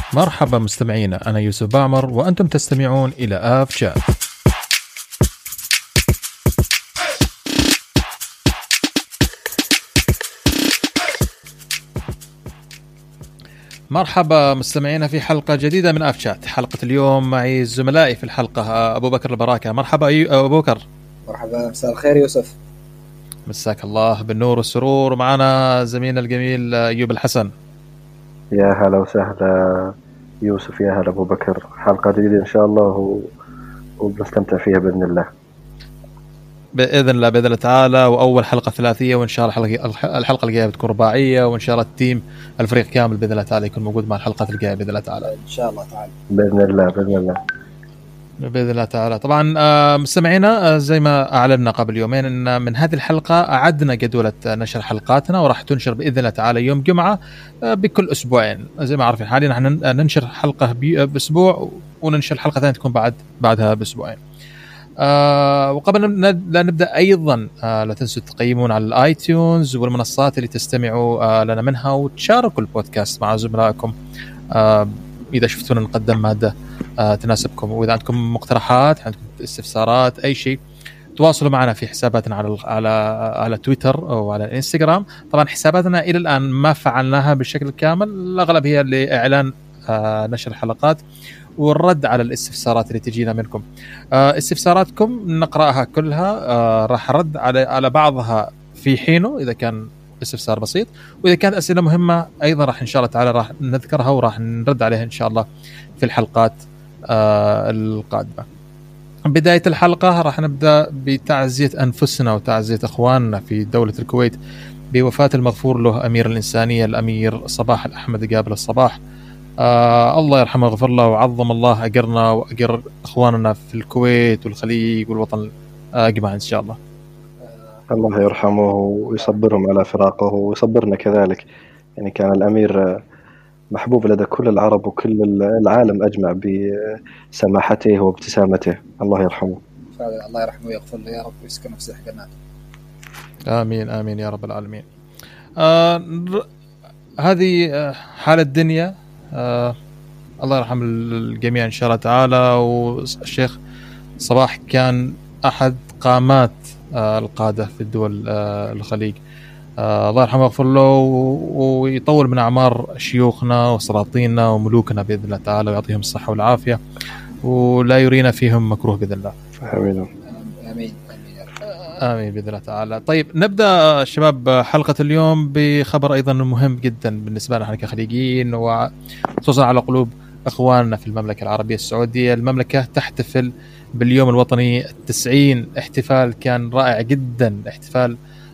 مرحبا مستمعينا، أنا يوسف بعمر وأنتم تستمعون إلى آف شات. مرحبا مستمعينا في حلقة جديدة من آف شات. حلقة اليوم معي زملائي في الحلقة أبو بكر البراكة. مرحبا أبو بكر. مرحبا، مساء الخير يوسف. مساك الله بالنور والسرور. ومعنا زميلنا الجميل أيوب الحسن. يا هلا وسهلا يوسف، يا هلا أبو بكر. حلقة جديدة إن شاء الله وبنستمتع فيها بإذن الله. بإذن الله تعالى، وأول حلقة ثلاثية، وإن شاء الله الحلقة الجاية بتكون رباعية، وإن شاء الله التيم الفريق كامل بإذن الله تعالى يكون موجود مع الحلقة الجاية بإذن الله تعالى. إن شاء الله تعالى بإذن الله. تعالى. طبعا مستمعينا، زي ما أعلنا قبل يومين أن من هذه الحلقة أعدنا جدولة نشر حلقاتنا، وراح تنشر بإذن الله تعالى يوم جمعة بكل أسبوعين. زي ما عارفين حاليا نحن ننشر حلقة بأسبوع، وننشر حلقة ثانية تكون بعدها بأسبوعين. وقبل لا نبدأ أيضا لا تنسوا تقيمون على الآيتيونز والمنصات اللي تستمعوا لنا منها، وتشاركوا البودكاست مع زملائكم إذا شفتونا نقدم مادة تناسبكم. وإذا عندكم مقترحات، عندكم استفسارات، أي شيء، تواصلوا معنا في حساباتنا على تويتر أو على الإنستغرام. طبعا حساباتنا إلى الآن ما فعلناها بشكل كامل، الأغلب هي لإعلان نشر الحلقات والرد على الاستفسارات اللي تجينا منكم. استفساراتكم نقرأها كلها، راح رد على بعضها في حينه إذا كان استفسار بسيط، وإذا كانت أسئلة مهمة أيضا راح إن شاء الله تعالى راح نذكرها وراح نرد عليها إن شاء الله في الحلقات القادمة. بداية الحلقة راح نبدأ بتعزية أنفسنا وتعزية أخواننا في دولة الكويت بوفاة المغفور له أمير الإنسانية الأمير صباح الأحمد قابل الصباح. الله يرحمه ويغفر له، وعظم الله أجرنا وأجر أخواننا في الكويت والخليج والوطن أجمع إن شاء الله. الله يرحمه ويصبرهم على فراقه ويصبرنا كذلك. يعني كان الأمير محبوب لدى كل العرب وكل العالم أجمع بسماحته وابتسامته. الله يرحمه. فعلا الله يرحمه ويغفر له يا رب ويسكنه في سيح جناته. آمين آمين يا رب العالمين. هذه حال الدنيا. الله يرحم الجميع إن شاء الله تعالى. والشيخ صباح كان أحد قامات القادة في الدول الخليج. الله يرحمه ويغفر له ويطول من أعمار شيوخنا وسلاطيننا وملوكنا بإذن الله تعالى، ويعطيهم الصحة والعافية، ولا يرينا فيهم مكروه بإذن الله. آمين آمين آمين بإذن الله تعالى. طيب نبدأ شباب حلقة اليوم بخبر أيضا مهم جدا بالنسبة لنا كخليجيين، وخصوصا على قلوب أخواننا في المملكة العربية السعودية. المملكة تحتفل باليوم الوطني 90. احتفال كان رائع جدا، احتفال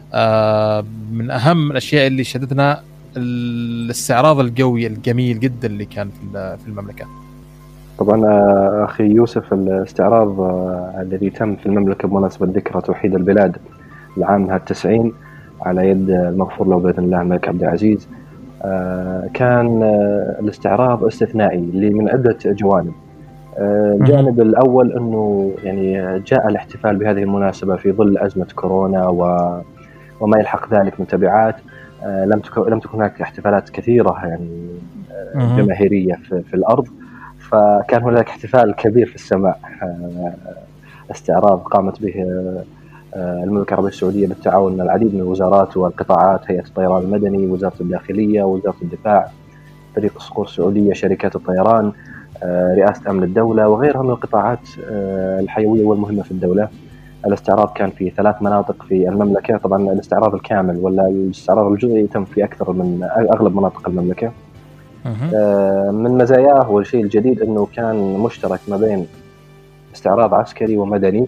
من أهم الأشياء اللي شدتنا الاستعراض الجوي الجميل جدا اللي كان في المملكة. طبعا أخي يوسف، الاستعراض الذي تم في المملكة بمناسبة ذكرى توحيد البلاد العام 90 على يد المغفور له بإذن الله الملك عبد العزيز، كان الاستعراض استثنائي من عدة جوانب. الجانب الأول أنه يعني جاء الاحتفال بهذه المناسبة في ظل أزمة كورونا وما يلحق ذلك من تبعات. لم تكن هناك احتفالات كثيرة يعني جماهيرية في الأرض، فكان هناك احتفال كبير في السماء. استعراض قامت به المملكة العربية السعودية بالتعاون مع العديد من الوزارات والقطاعات، هيئة الطيران المدني، وزارة الداخلية، وزارة الدفاع، فريق الصقور السعودية، شركات الطيران، رئاسة أمن الدولة، وغيرها من القطاعات الحيوية والمهمة في الدولة. الاستعراض كان في 3 مناطق في المملكة. طبعا الاستعراض الكامل ولا الاستعراض الجزئي تم في أكثر من أغلب مناطق المملكة. من مزاياه والشيء الجديد أنه كان مشترك ما بين استعراض عسكري ومدني.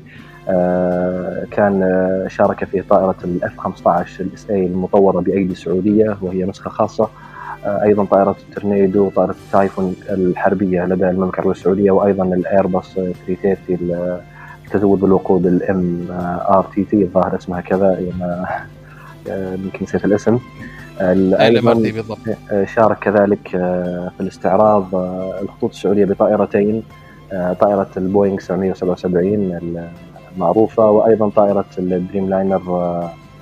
كان شارك فيه طائرة F-15 الSA المطورة بأيدي سعودية وهي نسخة خاصة، أيضا طائرة التورنيدو وطائرة التايفون الحربية لدى المملكة العربية السعودية، وأيضا الإيرباص 330 التزود بالوقود MRTT الظاهر اسمها كذا، يمكن نسيت الاسم. شارك كذلك في الاستعراض الخطوط السعودية بطائرتين، طائرة البوينغ 777 المعروفة، وأيضا طائرة الدريم لاينر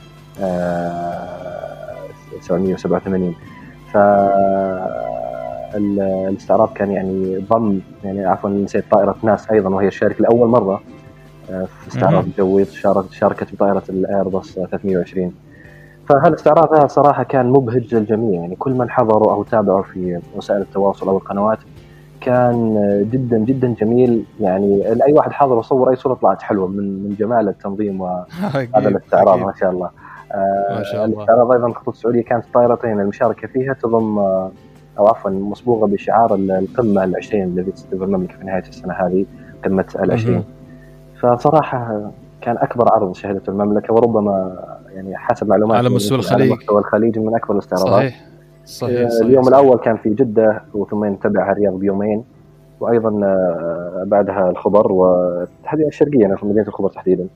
787. الاستعراض كان يعني ضم يعني عفوا نسيت طائرة ناس أيضا، وهي الشركة لأول مرة في استعراض جوي شاركت بطائرة الإيرباص 320. فهالاستعراض هذا صراحة كان مبهج للجميع، يعني كل من حضروا أو تابعوا في وسائل التواصل أو القنوات كان جدا جدا جميل. يعني أي واحد حضر وصور أي صورة طلعت حلوة من جمال التنظيم وهذا الاستعراض ما شاء الله. ما شاء الله. الاستعراض أيضا الخطوط السعودية كانت طائرتين المشاركة فيها تضم أو عفوا مصبوغة بشعار القمة ال20 الذي تستضيف المملكة في نهاية السنة هذه، قمة ال20. فصراحة كان أكبر عرض شهدته المملكة، وربما يعني حسب معلومات على مستوى الخليج من أكبر الاستعراضات. صحيح. اليوم الأول كان في جدة، وثم تبعها الرياض بيومين، وأيضا بعدها الخبر وتحديدا الشرقية في مدينة الخبر تحديدا.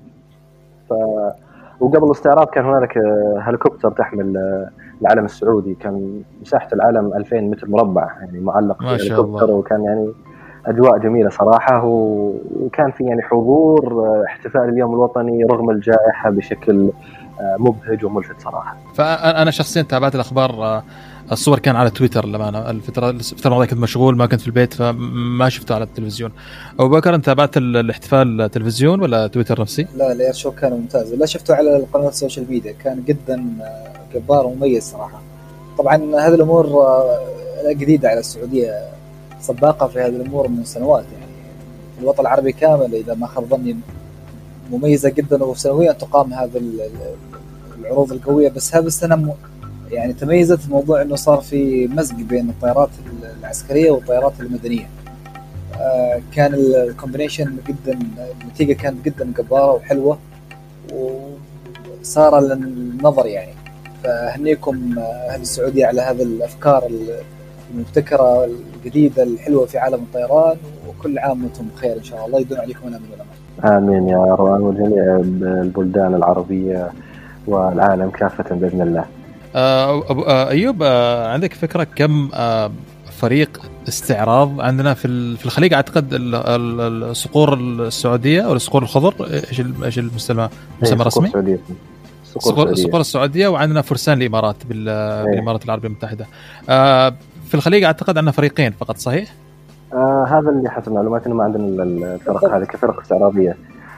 وقبل الاستعراض كان هنالك هليكوبتر تحمل العلم السعودي، كان مساحة العلم 2000 متر مربع يعني معلق في الهليكوبتر، وكان يعني أجواء جميلة صراحة. وكان في يعني حضور احتفال اليوم الوطني رغم الجائحة بشكل مبهج وملفت صراحة. فأنا شخصيا تابعت الأخبار، الصور كان على تويتر لما أنا الفترة الماضية كنت مشغول ما كنت في البيت فما شفته على التلفزيون. أبو بكر أنت تابعت الاحتفال تلفزيون ولا تويتر نفسي؟ لا الإير شو كان ممتاز، لا شفته على القنوات السوشيال ميديا، كان جدا جبار ومميز صراحة. طبعا هذه الأمور جديدة على السعودية، سباقة في هذه الأمور من سنوات، يعني في الوطن العربي كامل إذا ما خاب ظني مميزة جدا، وسنويا تقام هذه العروض القوية. بس هذه السنة يعني تميزت الموضوع انه صار في مزج بين الطائرات العسكريه والطائرات المدنيه. كان الكومبينيشن جدا، النتيجه كانت جدا جباره وحلوه وصار للنظر يعني. فهنيكم اهل السعوديه على هذه الافكار المبتكره الجديده الحلوه في عالم الطيران، وكل عام وانتم بخير ان شاء الله، يدوم عليكم الامن والامان. امين يا روان وجميع البلدان العربيه والعالم كافه باذن الله. أيوب، عندك فكرة كم فريق استعراض عندنا في الخليج؟ أعتقد الصقور السعودية أو الصقور الخضر، إيش المسمى رسمي؟ الصقور السعودية، وعندنا فرسان الإمارات بالإمارات العربية المتحدة. في الخليج أعتقد عندنا فريقين فقط، صحيح؟ هذا اللي حسب معلوماتنا، ما عندنا الفرق هذه كفرق استعراضية.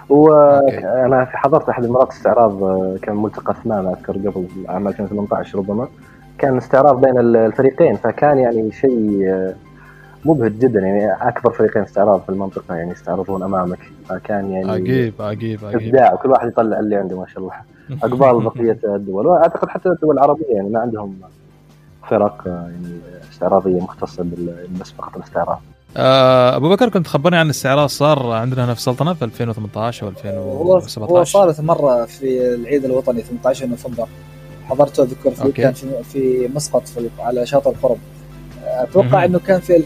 وأنا حضرت أحد المرات استعراض كان ملتقى ثمان أذكر قبل عام 2018 ربما، كان استعراض بين الفريقين، فكان يعني شيء مبهج جدا، يعني أكبر فريقين استعراض في المنطقة يعني يستعرضون أمامك، فكان يعني عجيب إبداع، وكل واحد يطلع اللي عنده ما شاء الله، أقبال بقية الدول. وأعتقد حتى الدول العربية يعني ما عندهم فرق يعني استعراضية مختصة بس فقط الاستعراض. أبو بكر كنت تخبرني عن الاستعراض صار عندنا هنا في السلطنة في 2018 و 2017. هو صارت مرة في العيد الوطني 18 نوفمبر، حضرته أذكر فيه، كان في مسقط على شاطئ القرب. أتوقع أنه كان في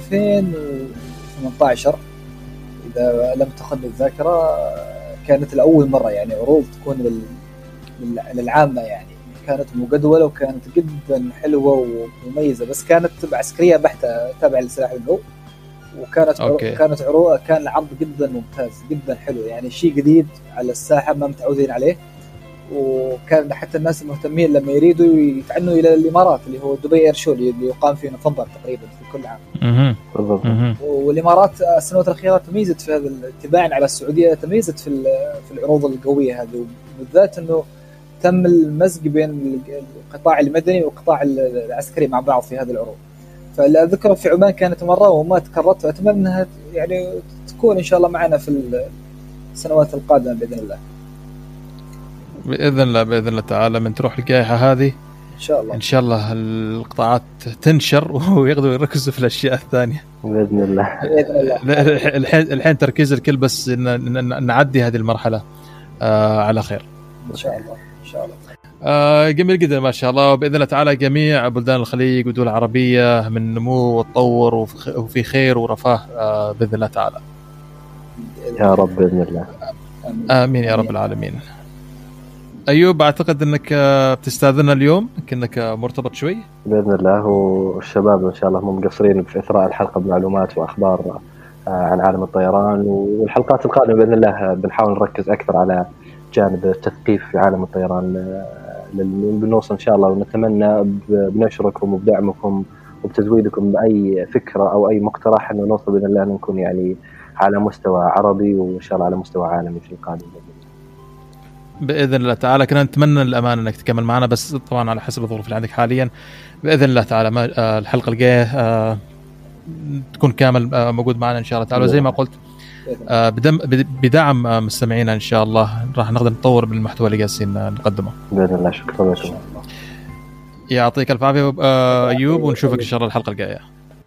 2018 إذا لم تخن الذاكرة. كانت الأول مرة يعني عروض تكون للعامة، يعني كانت مجدولة وكانت جدا حلوة ومميزة، بس كانت عسكرية بحتة تابعة لسلاح الجو، كانت عروض، كان العرض جدا ممتاز جدا حلو، يعني شيء جديد على الساحة ما متعودين عليه. وكان حتى الناس المهتمين لما يريدوا يتعنوا إلى الإمارات اللي هو دبي إير شو اللي يقام في نوفمبر تقريبا في كل عام. والإمارات السنوات الأخيرة تميزت في هذا الاتباع على السعودية، تميزت في العروض القوية هذه، بالذات أنه تم المزج بين القطاع المدني والقطاع العسكري مع بعض في هذه العروض. فلا أذكر في عمان كانت مرة وما تكررت، وأتمنى أنها يعني تكون إن شاء الله معنا في السنوات القادمة بإذن الله. بإذن الله تعالى، من تروح الجائحة هذه إن شاء الله القطاعات تنشر ويقدروا يركزوا في الأشياء الثانية بإذن الله. الحين تركيز الكل بس نعدي هذه المرحلة على خير إن شاء الله. جميل جدا ما شاء الله. وبإذن الله تعالى جميع بلدان الخليج والدول العربية من نمو وتطور وفي خير ورفاه بإذن الله تعالى يا رب بإذن الله. آمين يا رب العالمين. أيوب، أعتقد أنك بتستاذننا اليوم، كأنك مرتبط شوي. بإذن الله، والشباب إن شاء الله هم مقصرين في إثراء الحلقة بمعلومات وأخبار عن عالم الطيران، والحلقات القادمة بإذن الله بنحاول نركز أكثر على جانب التثقيف في عالم الطيران، بنوصل إن شاء الله، ونتمنى بنشركم وبدعمكم وبتزويدكم بأي فكرة أو أي مقترح إنه نوصل بإذن الله نكون يعني على مستوى عربي وإن شاء الله على مستوى عالمي في القادم بإذن الله تعالى. كنا نتمنى الأمانة أنك تكمل معنا، بس طبعا على حسب الظروف اللي عندك حاليا. بإذن الله تعالى ما الحلقة الجاية تكون كامل موجود معنا إن شاء الله تعالى. وزي ما قلت بدعم مستمعينا إن شاء الله راح نقدر نطور بالمحتوى اللي جالسين نقدمه بإذن الله. شكرا لكم، يعطيك الف عافية أيوب، ونشوفك إن شاء الله الحلقة الجاية.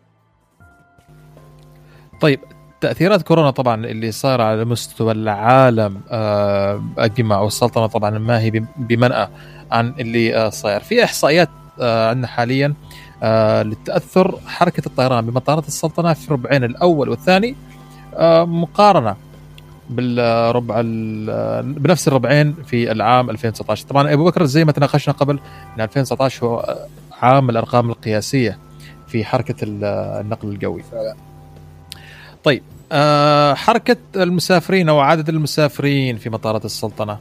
طيب، تأثيرات كورونا طبعا اللي صار على مستوى العالم أجمع والسلطنة طبعا ما هي بمنأى عن اللي صاير. في إحصائيات عندنا حاليا للتأثر حركة الطيران بمطارات السلطنة في الربعين الأول والثاني مقارنة بالربع بنفس الربعين في العام 2019. طبعا أبو بكر زي ما تناقشنا قبل ان 2019 هو عام الأرقام القياسية في حركة النقل الجوي. طيب، حركة المسافرين أو عدد المسافرين في مطارات السلطنة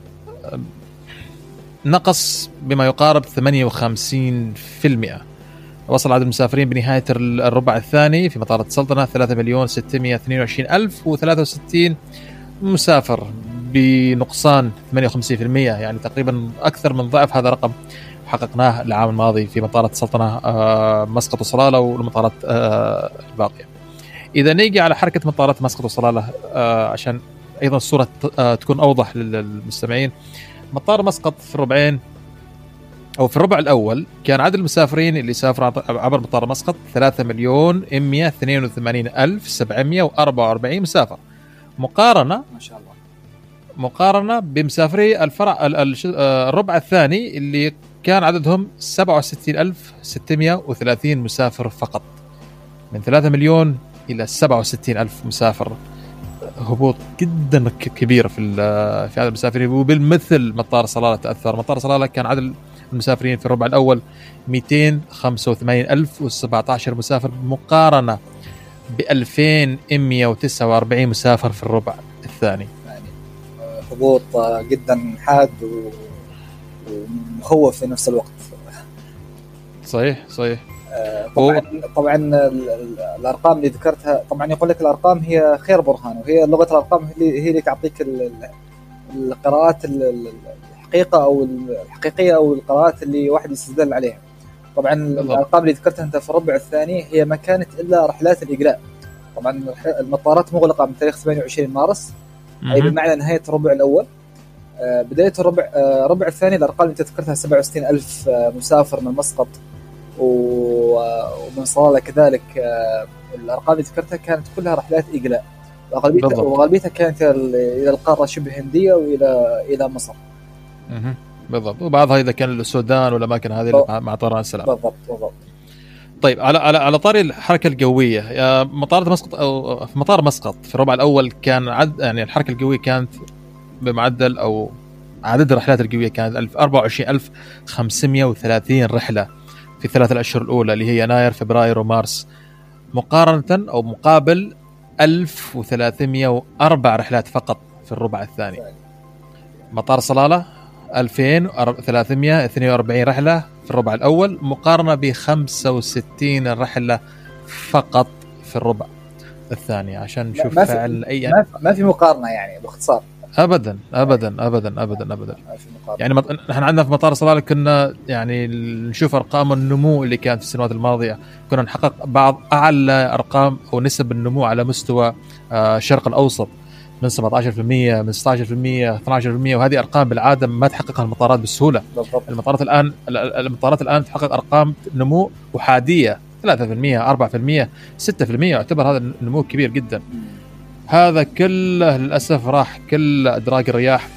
نقص بما يقارب 58%. وصل عدد المسافرين بنهاية الربع الثاني في مطارات السلطنة 3,622,063 مسافر، بنقصان 58%، يعني تقريبا أكثر من ضعف هذا الرقم حققناه العام الماضي في مطارات السلطنة مسقط وصلالة والمطارات الباقية. إذا نيجي على حركة مطارات مسقط وصلالة عشان أيضا الصورة تكون أوضح للمستمعين، مطار مسقط في الربعين أو في الربع الأول كان عدد المسافرين اللي سافروا عبر مطار مسقط 3,182,744 مسافر، مقارنة ما شاء الله مقارنة بمسافري الربع الثاني اللي كان عددهم 67,630 مسافر فقط. من 3 مليون إلى 67,000 مسافر، هبوط جدا كبير في عدد المسافرين. وبالمثل مطار صلالة تأثر. مطار صلالة كان عدد المسافرين في الربع الأول 285,017 مسافر، مقارنة ب2,149 مسافر في الربع الثاني. يعني هبوط جدا حاد ومخوف في نفس الوقت. صحيح. طبعا الأرقام اللي ذكرتها، طبعا يقول لك الأرقام هي خير برهان، وهي لغة الأرقام هي اللي تعطيك القراءات الحقيقة أو الحقيقية أو القراءات اللي واحد يستدل عليها. طبعا الأرقام اللي ذكرتها أنت في الربع الثاني هي ما كانت إلا رحلات الإقلاع. طبعا المطارات مغلقة من تاريخ 28 مارس، أي بمعنى نهاية الربع الأول. بداية الربع الثاني الأرقام اللي ذكرتها 67,000 مسافر من مسقط ومن صلالة كذلك. الأرقام اللي ذكرتها كانت كلها رحلات إقلاع، وغالبيتها كانت إلى القارة شبه هندية وإلى مصر. بالضبط، وبعضها إذا كان السودان والأماكن هذه مع طيران السلام. بالضبط. طيب، على طاري الحركة الجوية، مطار مسقط أو في مطار مسقط في الربع الأول كان يعني الحركة الجوية كانت بمعدل أو عدد الرحلات الجوية كانت 24,530 رحلة في 3 أشهر الأولى اللي هي يناير فبراير ومارس، مقارنة أو مقابل 1,304 رحلات فقط في الربع الثاني. مطار صلالة 2,342 رحلة في الربع الأول، مقارنة ب65 رحلة فقط في الربع الثاني، عشان نشوف فعلا ما في مقارنة يعني باختصار. ابدا. يعني نحن عندنا في مطار صلالة كنا يعني نشوف ارقام النمو اللي كانت في السنوات الماضيه، كنا نحقق بعض اعلى ارقام او نسب النمو على مستوى الشرق الاوسط، من 17%، من 16%، 12%، وهذه ارقام بالعاده ما تحققها المطارات بسهوله. المطارات الان تحقق ارقام نمو احاديه 3%، 4%، 6%، يعتبر هذا النمو كبير جدا. هذا كله للأسف راح كل أدراج الرياح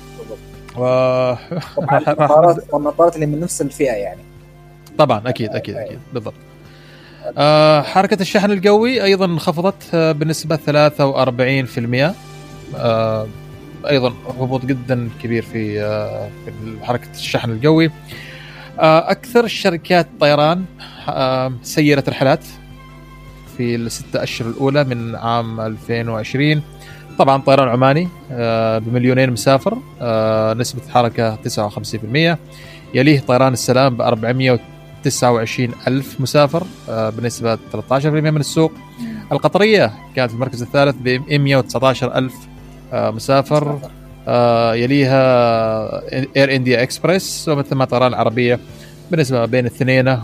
المطارات اللي من نفس الفئة يعني. طبعا أكيد بالضبط. حركة الشحن الجوي أيضا انخفضت بنسبة 43%، أيضا هبوط جدا كبير في حركة الشحن الجوي. أكثر شركات طيران سيرت رحلات في الستة أشهر الأولى من عام 2020. طبعا طيران عماني ب2,000,000 مسافر، نسبة حركة 59%. يليه طيران السلام ب400 29,000 مسافر بنسبة 13% من السوق. القطرية كانت في المركز الثالث ب 119,000 مسافر. يليها اير انديا اكسبريس، ومثل ما طيران العربية بنسبة بين 2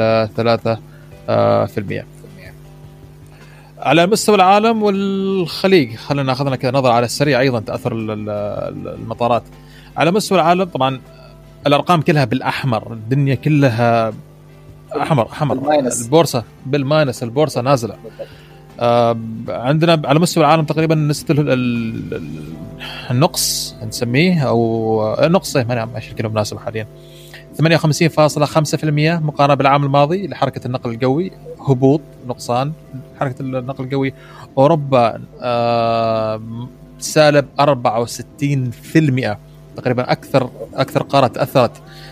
و3%. على مستوى العالم والخليج خلينا ناخذنا كذا نظرة على السريع أيضا تأثر المطارات على مستوى العالم. طبعا الأرقام كلها بالأحمر، الدنيا كلها أحمر. البورصة بالماينس، البورصة نازلة. عندنا على مستوى العالم تقريبا نسبة النقص نسميه أو نقص ما نعم ايش الكلمة مناسبة حاليا 58.5% مقارنة بالعام الماضي لحركة النقل الجوي. هبوط نقصان حركة النقل الجوي. أوروبا سالب 64% تقريبا. أكثر قارة تأثرت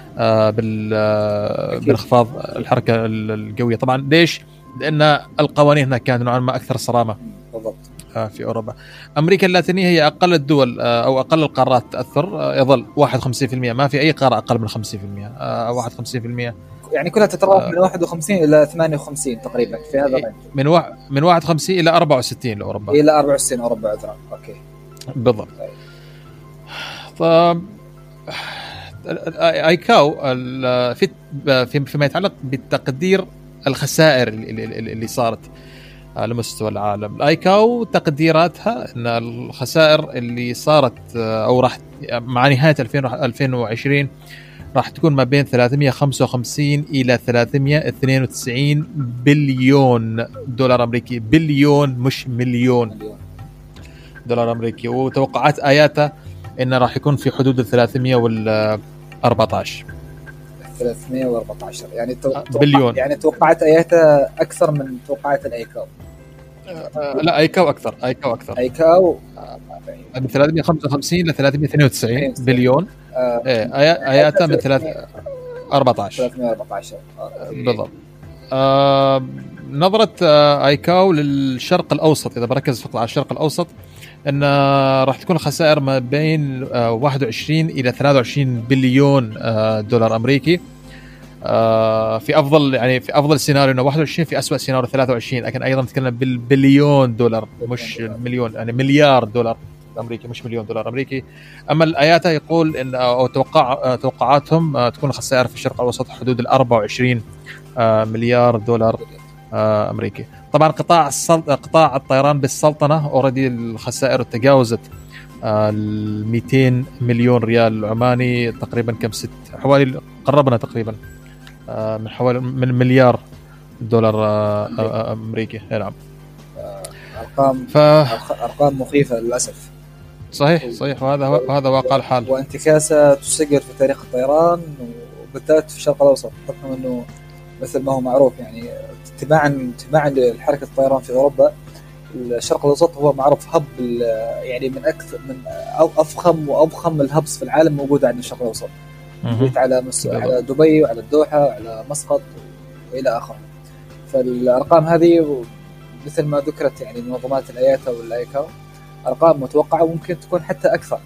بانخفاض الحركة الجوية. طبعا ليش؟ لأن القوانين هنا كانت نوعا ما أكثر صرامة في أوروبا. أمريكا اللاتينية هي أقل الدول أو أقل القارات تأثر، يظل 51%. ما في أي قارة أقل من 50% أو 51%، يعني كلها تتراوح من 51 إلى 58 تقريبا في هذا الرينج. من 51 إلى 64 لأوروبا. إلى 64 أوروبا أدرى. أوكي بالضبط. ايكاو فيما يتعلق بتقدير الخسائر اللي صارت على مستوى العالم، الايكاو تقديراتها ان الخسائر اللي صارت او راح مع نهايه 2020 راح تكون ما بين 355 الى 392 بليون دولار امريكي. بليون مش مليون دولار امريكي. وتوقعات اياتا انه راح يكون في حدود 314 يعني بليون. يعني توقعات اياتا اكثر من توقعات الايكاو. لا ايكاو اكثر. ايكاو من 355 ل 392 بليون. اياتا من 314 بالضبط. نظرة ايكاو للشرق الاوسط، اذا بركز فقط على الشرق الاوسط، ان راح تكون الخسائر ما بين 21 الى 23 بليون دولار امريكي. في افضل سيناريو انه 21، في اسوأ سيناريو 23، لكن ايضا نتكلم بالبليون دولار مش مليون، يعني مليار دولار امريكي مش مليون دولار امريكي. اما الاياتا يقول ان او توقعاتهم تكون الخسائر في الشرق الاوسط حدود 24 مليار دولار امريكي. طبعا قطاع الطيران بالسلطنه اوريدي الخسائر تجاوزت 200 مليون ريال عماني، تقريبا كم حوالي قربنا تقريبا من مليار دولار امريكي. نعم ارقام مخيفه للاسف. صحيح وهذا واقع الحال، وانتكاسه تسجل في تاريخ الطيران وبالذات في الشرق الاوسط، بحكم انه مثل ما هو معروف يعني تباعا لحركه الطيران في اوروبا، الشرق الاوسط هو معروف هب يعني من اكثر من افخم واضخم الهبس في العالم موجوده عند الشرق الاوسط. على دبي وعلى الدوحه وعلى مسقط والى اخره. فالارقام هذه مثل ما ذكرت يعني منظمات الاياتا والايكاو ارقام متوقعه وممكن تكون حتى اكثر.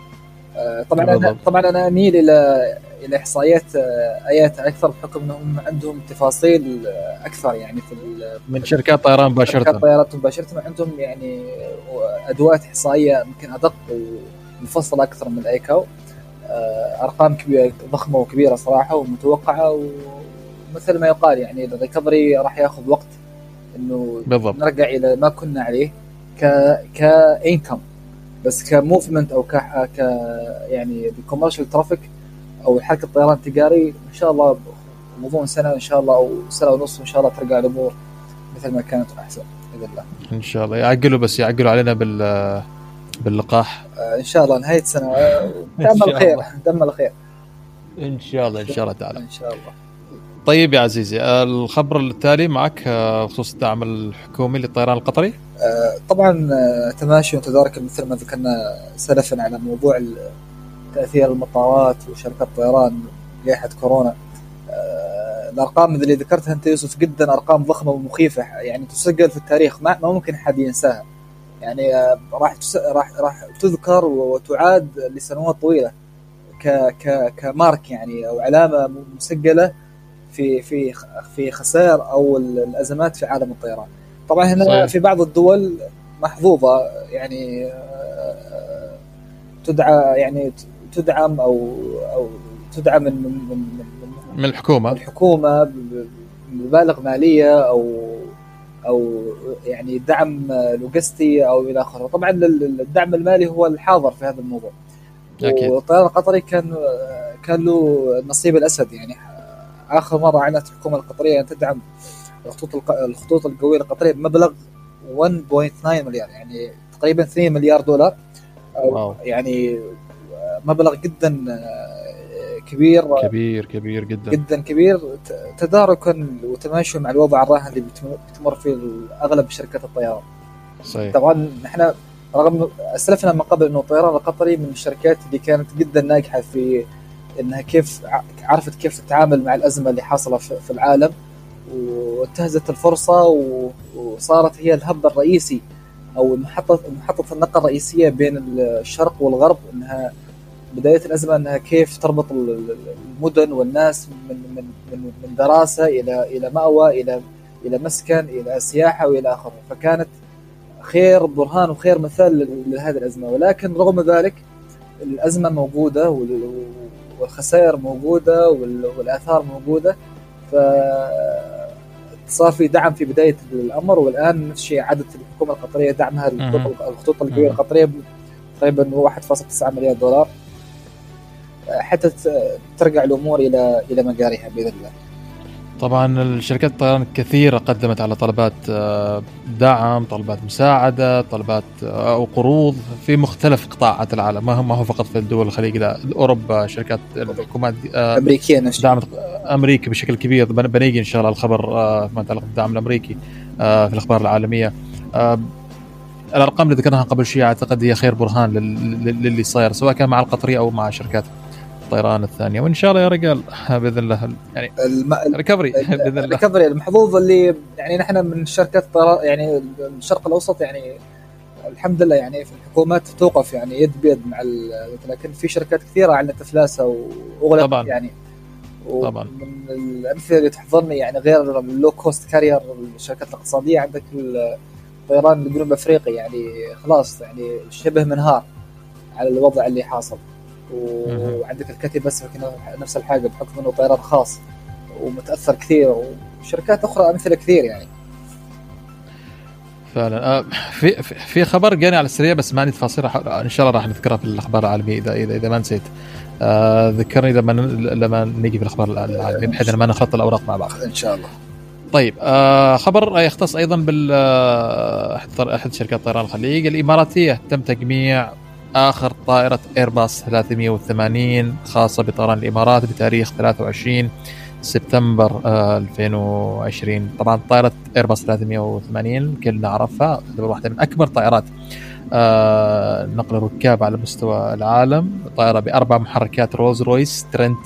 طبعا انا اميل الى احصائيات اياتا اكثر، بحكم انهم عندهم تفاصيل اكثر يعني من شركات طيران مباشره عندهم يعني ادوات احصائيه يمكن ادق ومفصله اكثر من الايكاو. ارقام كبيره ضخمه وكبيره صراحه ومتوقعه، ومثل ما يقال يعني الريكفري راح ياخذ وقت انه نرجع الى ما كنا عليه كإنكم، بس كموفمنت او يعني الكوميرشال ترافيك او حركه الطيران التجاري ان شاء الله غضون سنه ان شاء الله او سنه ونص ان شاء الله ترجع الامور مثل ما كانت احسن باذن الله. ان شاء الله يعقلوا علينا باللقاح ان شاء الله نهايه سنه دم الخير ان شاء الله تعالى ان شاء الله. طيب يا عزيزي، الخبر التالي معك بخصوص الدعم الحكومي للطيران القطري. طبعا تماشي وتدارك مثل ما ذكرنا سلفا على موضوع تأثير المطارات وشركات الطيران جائحة كورونا. الأرقام اللي ذكرتها أنت يوسف جدا أرقام ضخمة ومخيفة يعني تسجل في التاريخ، ما ممكن حد ينساها يعني. راح تذكر وتعاد لسنوات طويلة كمارك يعني أو علامة مسجلة في خسائر او الازمات في عالم الطيران. طبعا هنا صحيح. في بعض الدول محظوظه يعني تدعم او تدعم من الحكومه بمبالغ ماليه او يعني دعم لوجستي او الى اخره. طبعا الدعم المالي هو الحاضر في هذا الموضوع. أكيد. والطيران القطري كان له نصيب الاسد. يعني اخر مره اعلنت الحكومه القطريه ان تدعم الخطوط الجويه القطريه بمبلغ 1.9 مليار، يعني تقريبا 2 مليار دولار. يعني مبلغ جدا كبير جدا كبير، تداركا وتماشيا مع الوضع الراهن اللي بتمر فيه اغلب شركات الطيران. صحيح. طبعا نحن رغم اسلفنا من قبل انه الطيران القطري من الشركات اللي كانت جدا ناجحه في انها كيف عرفت كيف تتعامل مع الازمه اللي حاصله في العالم، وانتهزت الفرصه وصارت هي الهب الرئيسي او محطه النقل الرئيسيه بين الشرق والغرب. انها بدايه الازمه انها كيف تربط المدن والناس من دراسه الى مأوى الى مسكن الى سياحه والى اخره. فكانت خير برهان وخير مثال لهذه الازمه. ولكن رغم ذلك الازمه موجوده والخسائر موجوده والاثار موجوده. فصار في دعم في بدايه الامر، والان نفس الشيء عادت الحكومه القطريه دعمها الخطوط الجويه القطريه تقريبا 1.9 مليار دولار حتى ترجع الامور الى مجاريها باذن الله. طبعا الشركات الطيران كثيرة قدمت على طلبات دعم، طلبات مساعدة، طلبات أو قروض في مختلف قطاعات العالم، ما هو فقط في الدول الخليج، لا أوروبا شركات الحكومات أمريكية دعمت أمريكا بشكل كبير. بنيجي إن شاء الله الخبر ما يتعلق بالدعم الأمريكي في الأخبار العالمية. الأرقام اللي ذكرناها قبل شيء أعتقد هي خير برهان للي صاير سواء كان مع القطرية أو مع شركات الطيران الثانية. وإن شاء الله يا رجال بإذن الله يعني الريكفري بإذن الله. الريكفري المحظوظ اللي يعني نحن من شركات الطيران يعني الشرق الأوسط، يعني الحمد لله يعني في الحكومات توقف يعني يد بيد مع لكن في شركات كثيرة أعلنت إفلاسها وأغلقت طبعا. يعني. طبعا من الأمثلة اللي تحضرني يعني غير اللو كوست كارير الشركات الاقتصادية، عندك الطيران الجنوب أفريقي يعني خلاص يعني شبه منهار على الوضع اللي حاصل. وعندك الكتي بس نفس الحاجة بحكم أنه طيران خاص ومتأثر كثير، وشركات أخرى أمثلة كثير يعني فعلا. في خبر جاني على السريع بس ما عندي تفاصيل، إن شاء الله راح نذكرها في الأخبار العالمية إذا ما نسيت. ذكرني لما نيجي في الأخبار العالمية بحيث أن ما نخلط الأوراق مع بعض إن شاء الله. طيب خبر يختص أيضا أحد شركات طيران الخليج الإماراتية. تم تجميع آخر طائرة إيرباص 380 خاصة بطيران الإمارات بتاريخ 23 سبتمبر 2020. طبعا طائرة إيرباص 380 كلنا نعرفها، واحدة من أكبر طائرات نقل الركاب على مستوى العالم. طائرة بأربع محركات روز رويس ترنت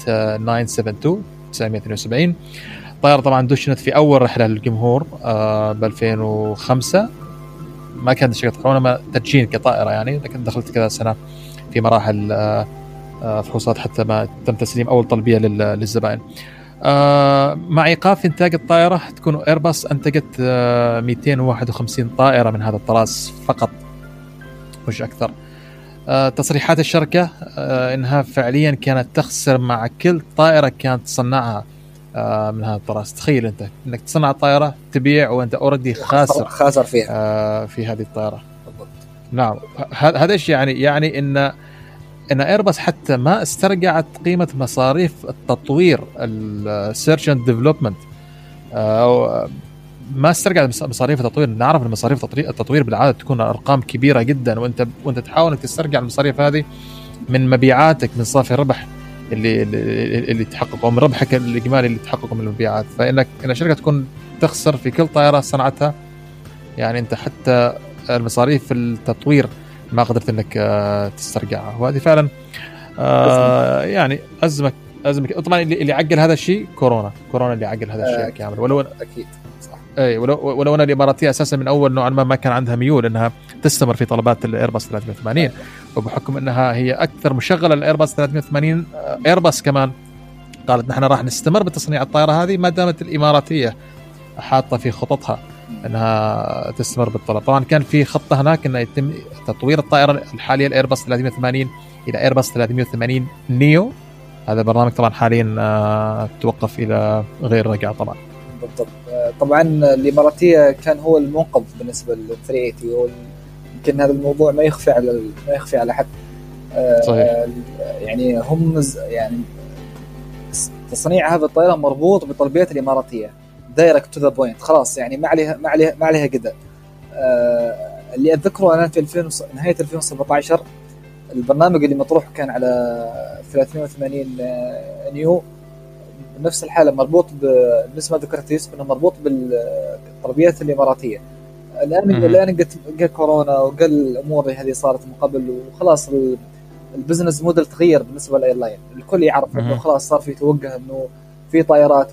972. طائرة طبعا دشنت في أول رحلة للجمهور ب 2005. ما كانت شركة حونما تدشين كطائرة يعني، لكن دخلت كذا سنة في مراحل فحوصات حتى ما تم تسليم أول طلبية للزبائن. مع إيقاف إنتاج الطائرة تكون إيرباص أنتجت 251 طائرة من هذا الطراز فقط مش أكثر. تصريحات الشركة إنها فعليا كانت تخسر مع كل طائرة كانت تصنعها من هذا الطراز. تخيل أنت إنك تصنع طائرة تبيع وأنت أوردي خاسر فيها في هذه الطائرة. نعم هذا الشيء يعني إن إيرباص حتى ما استرجعت قيمة مصاريف التطوير السيرش اند ديفلوبمنت، ما استرجعت مصاريف التطوير. نعرف ان مصاريف التطوير بالعاده تكون ارقام كبيره جدا، وانت تحاول انك تسترجع المصاريف هذه من مبيعاتك، من صافي الربح اللي تحقق او من ربحك الاجمالي اللي تحققه من المبيعات. فانك ان شركه تكون تخسر في كل طائره صنعتها، يعني انت حتى المصاريف التطوير ما قدرت انك تسترجعها. وهذه فعلا يعني ازمه. طبعا اللي عقل هذا الشيء كورونا اللي عقل هذا الشيء كامل. ولو اكيد صح. اي ولو ان الاماراتيه اساسا من اول نوعا ما كان عندها ميول انها تستمر في طلبات الايرباص 380، وبحكم انها هي اكثر مشغله للايرباص 380. ايرباص كمان قالت نحن راح نستمر بتصنيع الطائرة هذه ما دامت الإماراتية حاطة في خططها أنها تستمر بالطلب. طبعا كان في خطة هناك أنه يتم تطوير الطائرة الحالية الإيرباص 380 إلى إيرباص 380 نيو. هذا برنامج طبعا حاليا توقف إلى غير رجعة طبعا. بالضبط. طبعا الإماراتية كان هو المنقذ بالنسبة لل 380، يمكن هذا الموضوع ما يخفي على حد. صحيح. يعني هم يعني تصنيع هذه الطائرة مربوط بطلبيات الإماراتية دايركت تو ذا بوينت، خلاص يعني ما عليها قدر. اللي أتذكره أنا في نهاية 2017 البرنامج اللي مطروح كان على 380 نيو بنفس الحالة مربوط بالنسبة ما ذكرت يوسف انه مربوط بالطلبيات الإماراتية. الآن قال كورونا وقال الأمور هذه صارت من قبل وخلاص البزنس موديل تغير بالنسبة للإيرلاين. الكل يعرف انه خلاص صار في توجه انه في طائرات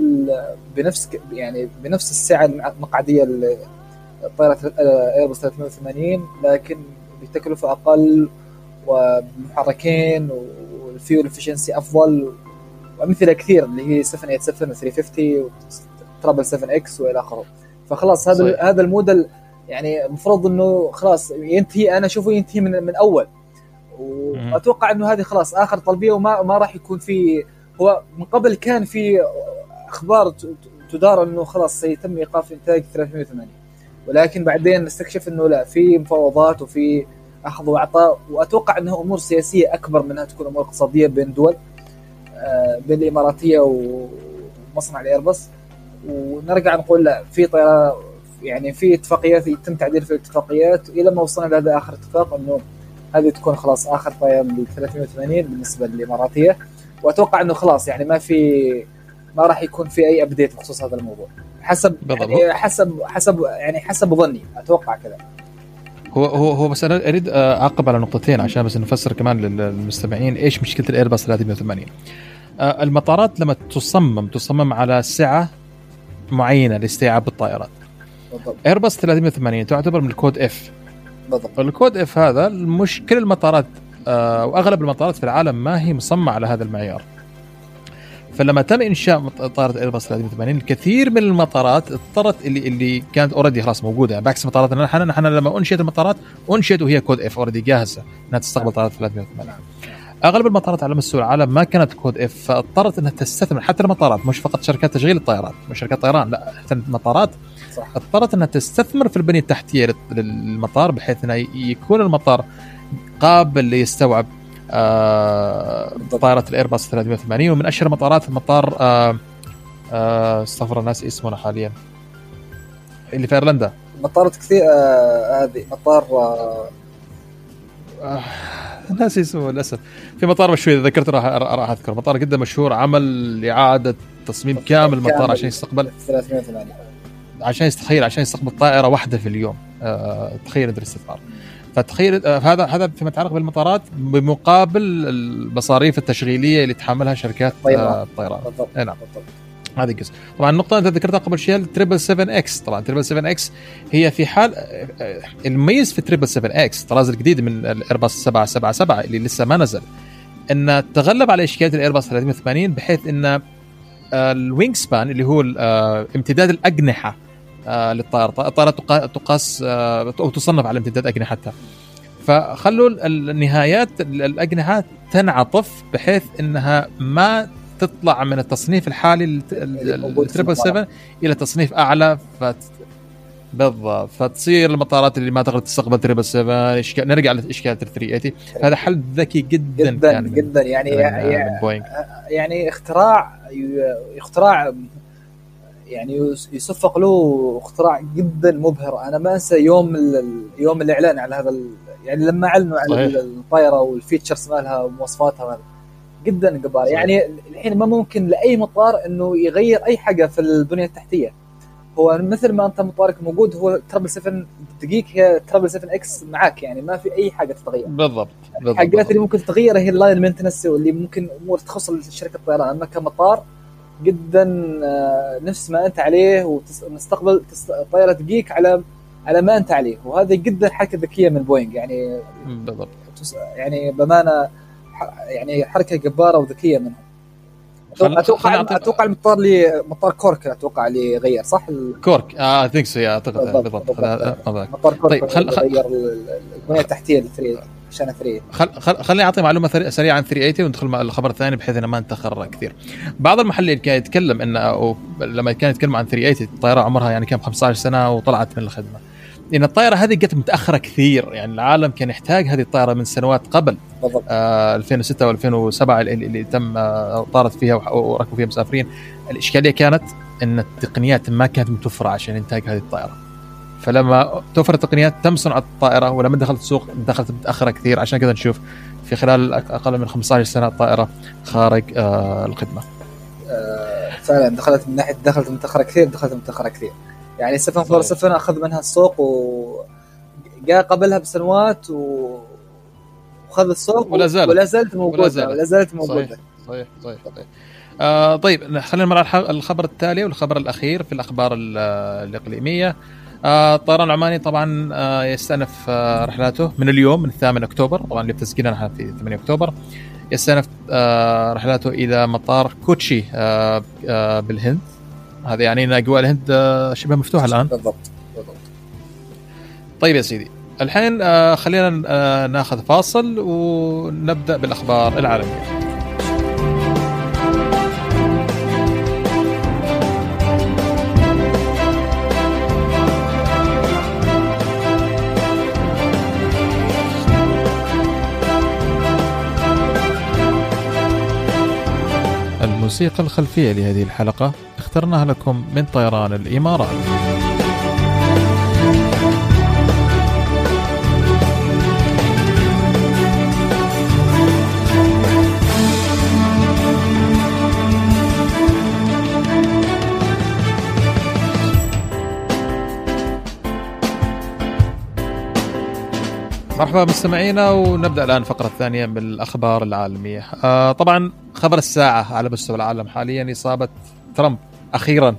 بنفس السعة المقعدية الطائرة ايرباص 380 لكن بتكلفة أقل ومحركين والفيول افشنسي أفضل وأمثلة كثير اللي هي 787 و 350 و 777X وإلى آخره. فخلاص هذا الموديل يعني المفروض إنه خلاص ينتهي، أنا أشوفه ينتهي من أول، وأتوقع إنه هذه خلاص آخر طلبية وما راح يكون في. هو من قبل كان في أخبار تدار إنه خلاص سيتم إيقاف إنتاج 380 ولكن بعدين نستكشف إنه لا، في مفاوضات وفي أخذ وعطاء، وأتوقع إنها أمور سياسية أكبر منها تكون أمور اقتصادية بين دول، بين الإماراتية ومصنع الإيرباص. ونرجع نقول لا، في طيارة يعني في اتفاقيات يتم تعديل في الاتفاقيات إلى ما وصلنا لهذا آخر اتفاق إنه هذه تكون خلاص آخر طيارة ل 380 بالنسبة للإماراتية. وأتوقع إنه خلاص يعني ما راح يكون في أي أبديت بخصوص هذا الموضوع حسب ظني، أتوقع كذا. هو بس أنا أريد أعقب على نقطتين عشان بس نفسر كمان للمستمعين إيش مشكلة الإيرباص 380. المطارات لما تصمم على سعة معينة لاستيعاب الطائرات. إيرباص 380 تعتبر من الكود اف. الكود اف هذا كل المطارات واغلب المطارات في العالم ما هي مصممة على هذا المعيار. فلما تم انشاء طائرة إيرباص 380 الكثير من المطارات اضطرت اللي كانت اوريدي خلاص موجودة، بعكس مطاراتنا نحن لما انشئت المطارات انشئت وهي كود اف اوريدي جاهزة انها تستقبل طائرات 380. اغلب المطارات على مستوى العالم ما كانت كود اف، فاضطرت انها تستثمر حتى المطارات، مش فقط شركات تشغيل الطائرات مش شركات طيران، لا حتى المطارات اضطرت انها تستثمر في البنية التحتية للمطار بحيث انه يكون المطار قابل ليستوعب طائرة الإيرباص 380. ومن أشهر مطارات المطار استغفر الناس اسمه حاليا اللي في إيرلندا. مطارات كثير هذه مطار الناس اسمه للأسف. في مطار مشهور إذا ذكرت راح أذكر، مطار جدا مشهور عمل إعادة تصميم كامل المطار عشان يستقبل 380 عشان يستقبل طائرة واحدة في اليوم. تخيل الاستثمار. فتخيل هذا فيما يتعلق بالمطارات بمقابل المصاريف التشغيليه اللي تحملها شركات الطيران. نعم هذه قصة. طبعا النقطه انت ذكرتها قبل شيء 777X. طبعا 777X هي في حال المميز في 777X الطراز الجديد من الإيرباص 777 اللي لسه ما نزل ان تغلب على اشكاليه الإيرباص 380 بحيث ان الوينج سبان اللي هو امتداد الاجنحه للطائرة. الطائرة تقاس أو تصنف على امتداد أجنحتها، فخلوا النهايات الأجنحة تنعطف بحيث أنها ما تطلع من التصنيف الحالي التريبل 7 إلى تصنيف أعلى. بالضبط، فتصير المطارات اللي ما تقدر تستقبل تريبل 7 نرجع لإشكال 380. هذا حل ذكي جدا جدا يعني اختراع يعني يصفق له اختراع جدا مبهر. انا ما انسى يوم الاعلان على هذا يعني لما اعلنوا على الطائره والفيتشرز مالها ومواصفاتها جدا جبار. يعني الحين ما ممكن لاي مطار انه يغير اي حاجه في البنيه التحتيه. هو مثل ما انت مطارك موجود هو 777 دقيق هي 777X معك، يعني ما في اي حاجه تتغير. بالضبط. الحاجات اللي ممكن تتغير هي اللاين مينتنس واللي ممكن امور تخص شركه الطيران. اما كمطار جدا نفس ما انت عليه ونستقبل طائره دقيق على ما انت عليه، وهذا جدا حركه ذكيه من بوينغ يعني. بالضبط. يعني بمعنى يعني حركه جباره وذكيه منهم. اتوقع المطار اللي مطار كورك اتوقع اللي غير صح كورك اي ثينك سو اعتقد بالضبط مطار كورك غير البنيه التحتيه للثري عشان 3. خليني اعطي معلومه سريعه عن 380 وندخل مع الخبر الثاني بحيث انه ما نتاخر كثير. بعض المحللين كان يتكلم انه لما كان يتكلم عن 380 الطائره عمرها يعني كان 15 سنه وطلعت من الخدمه، لأن الطائرة هذه جت متأخرة كثير، يعني العالم كان يحتاج هذه الطائرة من سنوات قبل 2006 و2007 اللي تم طارت فيها وركبوا فيها مسافرين. الإشكالية كانت أن التقنيات ما كانت متوفرة عشان إنتاج هذه الطائرة، فلما توفر التقنيات تم صنع الطائرة، ولما دخلت السوق دخلت متأخرة كثير، عشان كذا نشوف في خلال أقل من 15 سنة الطائرة خارج الخدمة. فعلا دخلت من ناحية دخلت متأخرة كثير يعني 747 أخذ منها السوق وجاء قبلها بسنوات وخذ السوق ولا زالت موجودة. صحيح. طيب خلينا نمر على الخبر التالي والخبر الأخير في الأخبار الإقليمية. الطيران العماني طبعا يستأنف رحلاته من اليوم من 8 أكتوبر، طبعا اللي بتسجيلنا نحن في 8 أكتوبر. يستأنف رحلاته إلى مطار كوتشي بالهند. هذا يعني ان اجواء الهند شبه مفتوحه الان. بالضبط. طيب يا سيدي، الحين خلينا ناخذ فاصل ونبدا بالاخبار العالميه. الموسيقى الخلفيه لهذه الحلقه اخترناها لكم من طيران الإمارات. مرحبا مستمعينا، ونبدأ الآن الفقرة الثانية من الأخبار العالمية. طبعا خبر الساعة على مستوى العالم حاليا إصابة ترامب أخيرا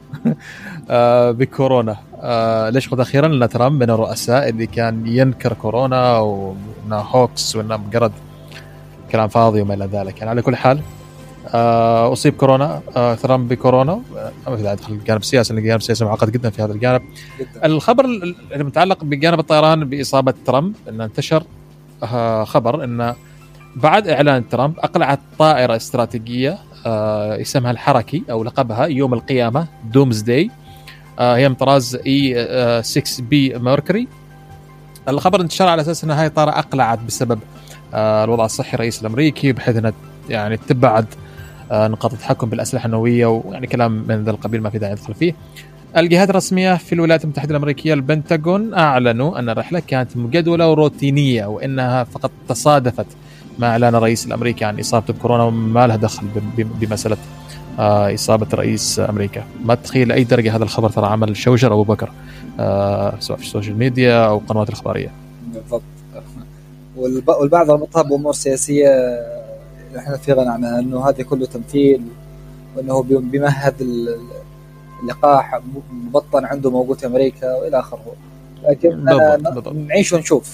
بكورونا. ليش قلت أخيرا؟ لأن ترامب من الرؤساء اللي كان ينكر كورونا وإنه هوكس وإنه مجرد كلام فاضي وما إلى ذلك. يعني على كل حال أصيب كورونا ترامب بكورونا. إذا أدخل الجانب السياسي، لأن الجانب السياسي معقد جدا في هذا الجانب. الخبر المتعلق بجانب الطيران بإصابة ترامب أن انتشر خبر أن بعد إعلان ترامب أقلعت طائرة استراتيجية اسمها الحركي أو لقبها يوم القيامة دومزداي. هي من طراز E6B ميركوري. الخبر انتشر على أساس أن هاي الطائرة أقلعت بسبب الوضع الصحي الرئيس الأمريكي، بحيث أنها يعني تبعد نقاط التحكم بالأسلحة النووية، ويعني كلام من ذا القبيل ما في داعي ندخل فيه. الجهات الرسمية في الولايات المتحدة الأمريكية البنتاغون أعلنوا أن الرحلة كانت مجدولة وروتينية، وإنها فقط تصادفت مع إعلان الرئيس الأمريكي عن إصابته بكورونا، وما لها دخل بمسألة إصابة رئيس أمريكا. ما تتخيل أي درجة هذا الخبر ترى عمل شوشر أبو بكر سواء في السوشيال ميديا أو قنوات الإخبارية. بالضبط. والبعض ربطها بأمور سياسية نحن في غنى عنها، أنه هذا كله تمثيل، وأنه بيمهد اللقاح مبطن عنده موجود في أمريكا وإلى آخره. لكن نعيش ونشوف.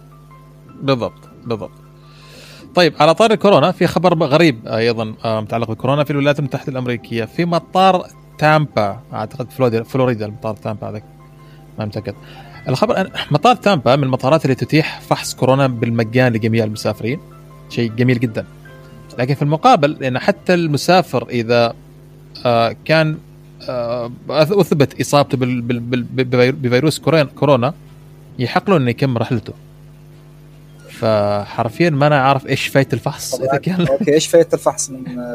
بالضبط. طيب على طار الكورونا، في خبر غريب أيضا متعلق بالكورونا في الولايات المتحدة الأمريكية في مطار تامبا، أعتقد فلوريدا، مطار تامبا هذاك ما متأكد. الخبر مطار تامبا من المطارات اللي تتيح فحص كورونا بالمجان لجميع المسافرين، شيء جميل جدا. لكن في المقابل لأن حتى المسافر إذا كان أثبت إصابته بفيروس كورونا يحق له إنه يكمل رحلته. فحرفيا ما أنا عارف إيش فايدة الفحص إذا كان أوكي إيش فايدة الفحص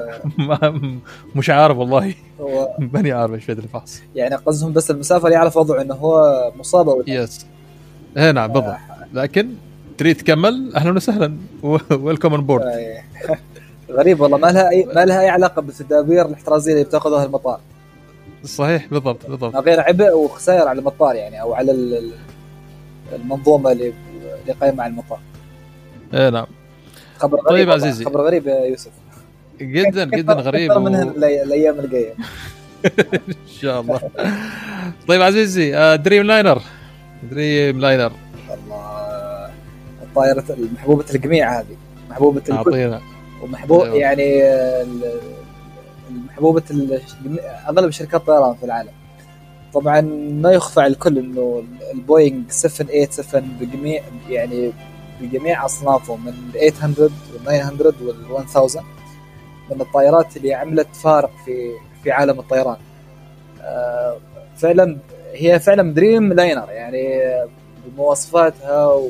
مش عارف والله. ماني عارف إيش فايدة الفحص. يعني قصدهم بس المسافر يعرف وضعه إنه هو مصاب ولا يس. نعم بالضبط. لكن تريد تكمل أهلا وسهلا ويلكم أون بورد. غريب والله، ما لها أي علاقة بالتدابير الاحترازية اللي بتأخذها المطار. صحيح بالضبط. غير عبء وخسائر على المطار يعني، أو على المنظومة اللي قائمة على المطار. نعم. خبر غريب. طيب عزيزي، خبر غريب يا يوسف. جدا غريب. من الأيام الجاية إن شاء الله. طيب عزيزي، دريم لاينر الله، الطائرة المحبوبة الجميع هذه، محبوبة الكل ومحبوب يعني حبوبة أغلب شركات الطيران في العالم. طبعا لا يخفى على الكل إنه البوينغ 787 بجميع أصنافه من 800 وال900 وال1000 من الطائرات اللي عملت فارق في عالم الطيران. فعلا هي فعلا دريم لاينر، يعني بمواصفاتها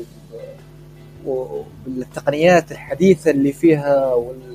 وبالتقنيات الحديثة اللي فيها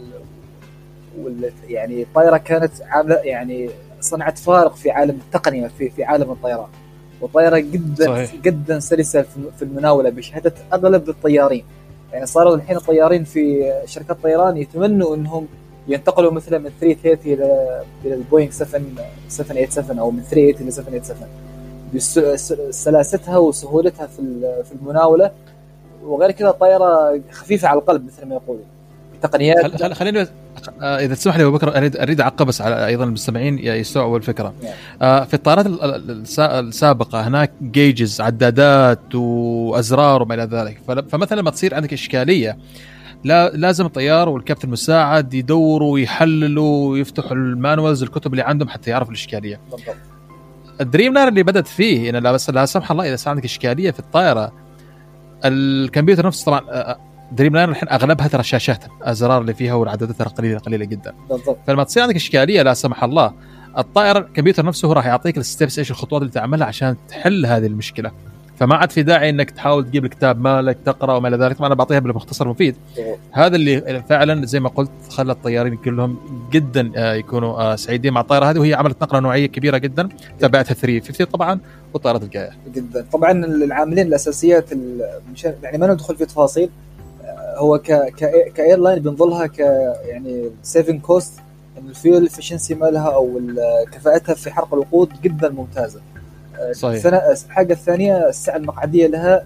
يعني الطائرة كانت عاملة يعني صنعت فارق في عالم التقنية في عالم الطيران، وطائرة جدا سلسة في المناولة بشهادة أغلب الطيارين. يعني صاروا الحين الطيارين في شركات الطيران يتمنوا أنهم ينتقلوا مثلا من 330 إلى البوينغ 787 أو من 380 إلى 787 بسلاستها وسهولتها في المناولة. وغير كذا الطائرة خفيفة على القلب مثل ما يقولوا بتقنيات. خليني إذا تسمح لي أبو بكر أريد أعقب بس على أيضا المستمعين يستوعبوا الفكرة. في الطائرات السابقة هناك جيجز، عدادات وأزرار وما إلى ذلك. فمثلا لما تصير عندك إشكالية لازم الطيار والكابتن المساعد يدوروا ويحللوا ويفتحوا المانوالز الكتب اللي عندهم حتى يعرفوا الإشكالية. بالضبط. الدريم لاينر اللي بدأت فيه إن لا سمح الله إذا صار عندك إشكالية في الطائرة، الكمبيوتر نفسه طبعا دريم لاينر الحين أغلبها ترى شاشات الأزرار اللي فيها والعدادات قليلة جدا. بالضبط. فلما تصير عندك إشكالية لا سمح الله، الطائرة الكمبيوتر نفسه راح يعطيك الستيبس إيش الخطوات اللي تعملها عشان تحل هذه المشكلة. فما عاد في داعي انك تحاول تجيب الكتاب مالك تقرا وما الى ذلك. انا بعطيها بالمختصر مفيد. هذا اللي فعلا زي ما قلت خلى الطيارين كلهم جدا يكونوا سعيدين مع الطائره هذه، وهي عملت نقله نوعيه كبيره جدا تبعتها 350 طبعا والطائرات الجايه جدا. طبعا العاملين الاساسيات يعني ما ندخل في تفاصيل، هو كايرلاين بنظلها يعني سيفنج كوست، ان الفيول افشنسي مالها او كفاءتها في حرق الوقود جدا ممتازه. صحيح. الحاجة الثانية السعة المقعدية لها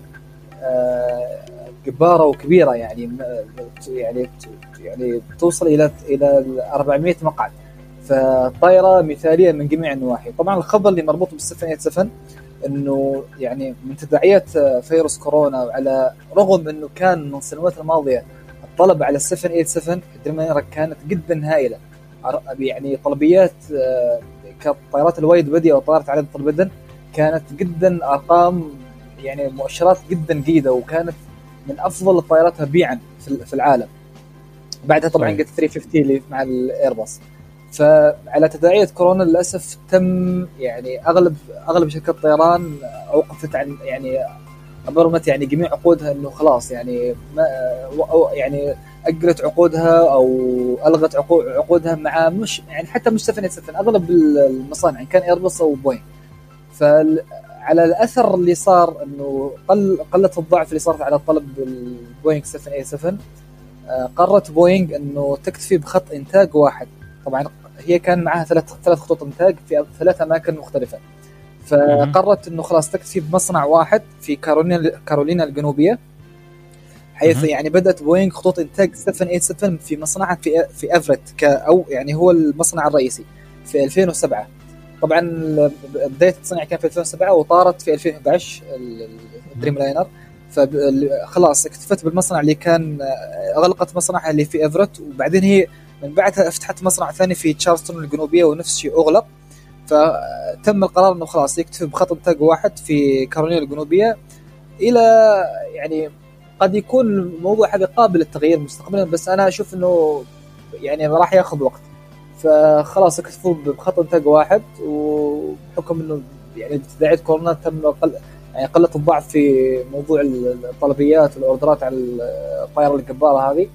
جبارة وكبيرة، يعني توصل إلى 400 مقعد، فطائرة مثالية من جميع النواحي. طبعا الخبر اللي مربوط بال787 إنه يعني من تداعيات فيروس كورونا، وعلى رغم إنه كان من السنوات الماضية الطلب على 787 الدريملاينر كانت جدا هائلة، يعني طلبيات كطائرات الوايد بدي أو طائرات عدد طلبدن كانت جدا أرقام، يعني مؤشرات جدا جيدة، وكانت من أفضل الطائرات مبيعا في العالم. بعدها طبعا قلت 350 اللي مع الإيرباص. فعلى تداعيات كورونا للأسف تم يعني أغلب شركات الطيران أوقفت عن يعني أبرمت يعني جميع عقودها، إنه خلاص يعني ما يعني أجلت عقودها أو ألغت عقودها مع مش يعني حتى مش 787 أغلب المصانع كان إيرباص أو بوينغ. فعلى الأثر اللي صار إنه قلت الضعف اللي صارت على طلب البوينغ 787، قررت بوينغ إنه تكتفي بخط إنتاج واحد. طبعا هي كان معها ثلاث خطوط إنتاج في 3 أماكن مختلفة، فقررت إنه خلاص تكتفي بمصنع واحد في كارولينا الجنوبية، حيث يعني بدأت بوينغ خطوط إنتاج 787 في مصنعها في أفرت أو يعني هو المصنع الرئيسي في 2007. طبعا بداية التصنيع كان في 2007 وطارت في 2011 الدريم لاينر. فخلاص اكتفت بالمصنع اللي كان أغلقت مصنعها اللي في إفرت، وبعدين هي من بعدها فتحت مصنع ثاني في تشارلستون الجنوبية ونفس الشيء أغلق. فتم القرار إنه خلاص يكتفي بخط إنتاج واحد في كارولينا الجنوبية، إلى يعني قد يكون الموضوع هذا قابل للتغيير مستقبلا، بس أنا أشوف إنه يعني راح يأخذ وقت. فخلاص اكتفوا بخط إنتاج واحد، وبحكم إنه يعني بتداعية كورونا تم قلة الضعف في موضوع الطلبيات والأوردرات على الطائرة الجبارة هذه.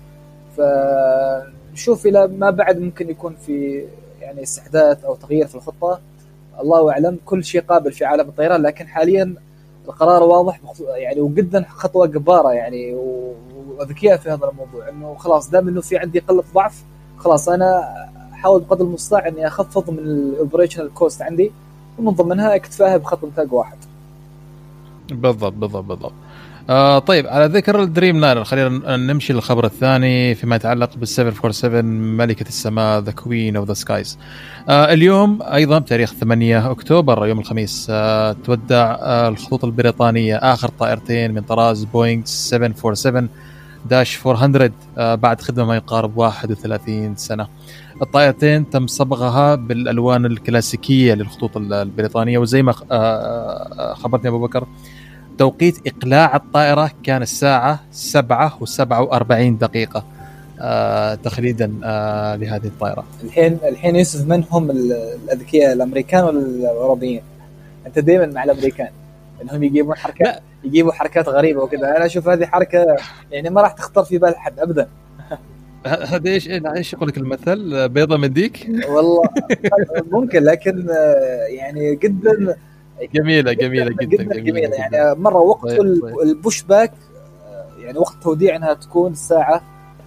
فنشوف إلى ما بعد ممكن يكون في يعني استحداث أو تغيير في الخطة، الله أعلم. كل شيء قابل في عالم الطيران، لكن حاليا القرار واضح يعني وجدا خطوة جبارة يعني وذكية في هذا الموضوع، إنه خلاص دام إنه في عندي قلة ضعف، خلاص أنا أحاول بقدر المستطاع إني أخفض من الأوبريشنال كوست عندي، ومن ضمنها اكتفاها بخط إنتاج واحد. بالضبط. طيب على ذكر الدريم لاينر خلينا نمشي للخبر الثاني فيما يتعلق بال747 ملكة السماء The Queen of the Skies. اليوم أيضا بتاريخ 8 أكتوبر يوم الخميس تودع الخطوط البريطانية آخر طائرتين من طراز بوينغ 747 داش 400 بعد خدمة ما يقارب 31 سنة. الطائرتين تم صبغها بالألوان الكلاسيكية للخطوط البريطانية، وزي ما خبرتني أبو بكر توقيت إقلاع الطائرة كان الساعة 7:47 دقيقة تخليدا لهذه الطائرة. الحين يوسف، من هم الأذكياء، الأمريكان ولا الأوروبيين؟ أنت دائما مع الأمريكان إنهم يجيبوا حركات غريبة وكذا. أنا أشوف هذه حركة يعني ما راح تخطر في بال حد أبدا. هذا ايش يقول لك المثل، بيضة من ديك؟ والله ممكن، لكن يعني جدا جميلة جدا يعني مرة وقت البوش باك، يعني وقت توديع انها تكون الساعة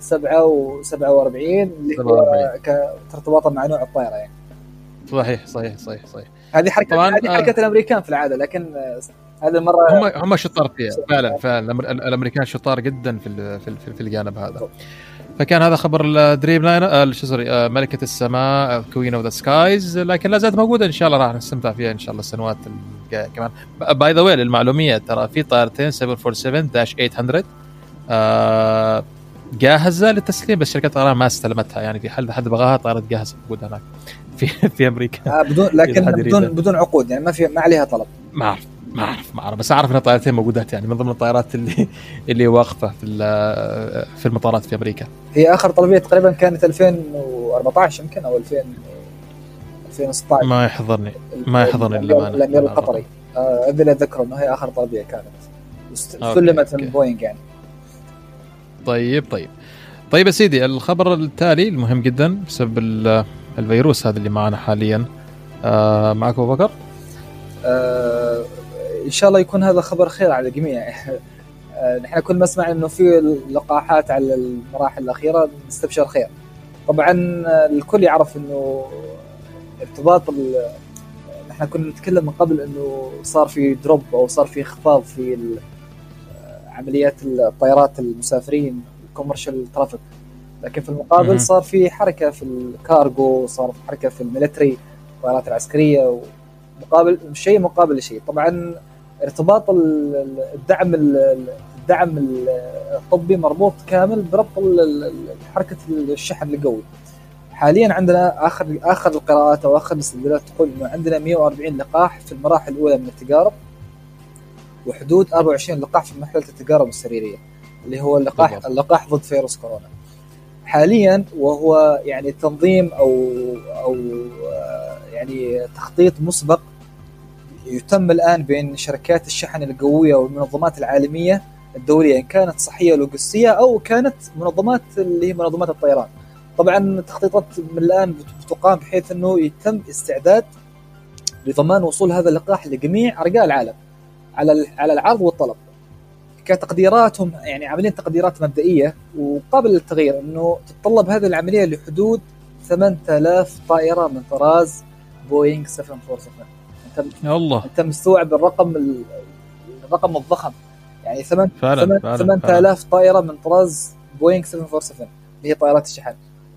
7:47 اللي هو كارتباطا مع نوع الطائرة يعني. صحيح. هذه حركة الامريكان في العادة، لكن هذه المرة هم شطار فيها فعلا. الامريكان شطار جدا في الجانب هذا. فكان هذا خبر الدريم لاينر ملكة السماء كوين اوف ذا سكايز، لكن لا زالت موجودة ان شاء الله، راح نستمتع فيها ان شاء الله السنوات الجاية كمان. باي ذا واي للمعلومية، ترى في طائرتين 747-800 جاهزة للتسليم، بس شركة طيران ما استلمتها. يعني في حال حد بغاها طائرة جاهزة موجودة هناك في امريكا بدون عقود، يعني ما عليها طلب. ما اعرف بس اعرف ان الطائرتين موجودات، يعني من ضمن الطائرات اللي واقفه في المطارات في امريكا. هي اخر طلبيه تقريبا كانت 2014 يمكن او 2016، ما يحضرني الامير القطري. اذا اتذكر انه هي اخر طلبيه كانت سلمت من بوينغ يعني. طيب يا سيدي، الخبر التالي المهم جدا بسبب الفيروس هذا اللي معنا حاليا. معك أبو بكر؟ إن شاء الله يكون هذا خبر خير على الجميع. نحن كل ما سمعنا إنه في لقاحات على المراحل الأخيرة، نستبشر خير. طبعا الكل يعرف إنه ارتباط نحن كنا نتكلم من قبل إنه صار في دروب أو صار في انخفاض في عمليات الطائرات المسافرين الكوميرشال ترافيك، لكن في المقابل صار في حركة في الكارغو، صار في حركة في الميلتري الطائرات العسكرية، مقابل لشيء. طبعا ارتباط الدعم الطبي مربوط كامل بربط حركة الشحن القوي. حاليا عندنا آخر القراءات أو آخر الاستدلالات تقول إنه عندنا 140 لقاح في المراحل الأولى من التجارب، وحدود 24 لقاح في مرحلة التجارب السريرية اللي هو اللقاح ضد فيروس كورونا حاليا. وهو يعني تنظيم أو يعني تخطيط مسبق يتم الآن بين شركات الشحن القوية والمنظمات العالمية الدولية، إن كانت صحية لوجستية أو كانت منظمات اللي هي منظمات الطيران. طبعا تخطيطات من الآن بتقام بحيث أنه يتم استعداد لضمان وصول هذا اللقاح لجميع أرجاء العالم على العرض والطلب. كتقديراتهم يعني عاملين تقديرات مبدئية وقابل للتغيير، أنه تتطلب هذه العملية لحدود 8000 طائرة من طراز بوينغ 747. أنت مستوعب الرقم الضخم، يعني 8000 طائرة من طراز بوينغ 747 اللي هي طائرات الشحن.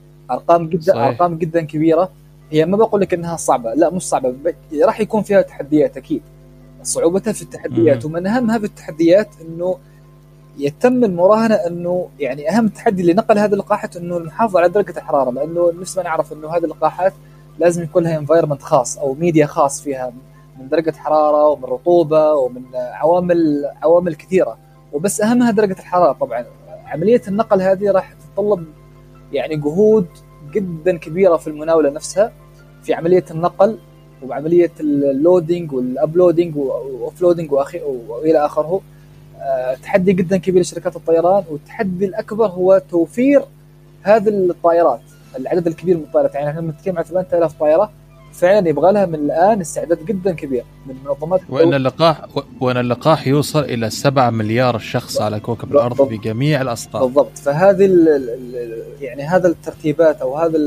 أرقام جدا كبيرة. هي ما بقول لك إنها صعبة، لا مش صعبة، راح يكون فيها تحديات أكيد. صعوبتها في التحديات، ومن أهم هذه التحديات إنه يتم المراهنة إنه يعني أهم تحدي لنقل هذه اللقاحات إنه المحافظة على درجة الحرارة، لأنه نفس ما نعرف إنه هذه اللقاحات لازم يكون لها environment خاص أو ميديا خاص فيها من درجة حرارة ومن رطوبة ومن عوامل كثيرة، وبس أهمها درجة الحرارة. طبعا عملية النقل هذه راح تتطلب يعني جهود جدا كبيرة في المناولة نفسها، في عملية النقل وعملية اللودينج والأبلودينج وأوفلودينج وإلى آخره. تحدي جدا كبير لشركات الطيران، والتحدي الأكبر هو توفير هذه الطائرات، العدد الكبير من الطائرات. يعني احنا بنتكلم عن 8000 طائرة، فعلا يبغى لها من الآن استعداد جدا كبير من منظمات. وأن اللقاح يوصل إلى 7 مليار شخص على كوكب الأرض بجميع الأصقاع. بالضبط. فهذه يعني هذا الترتيبات أو هذا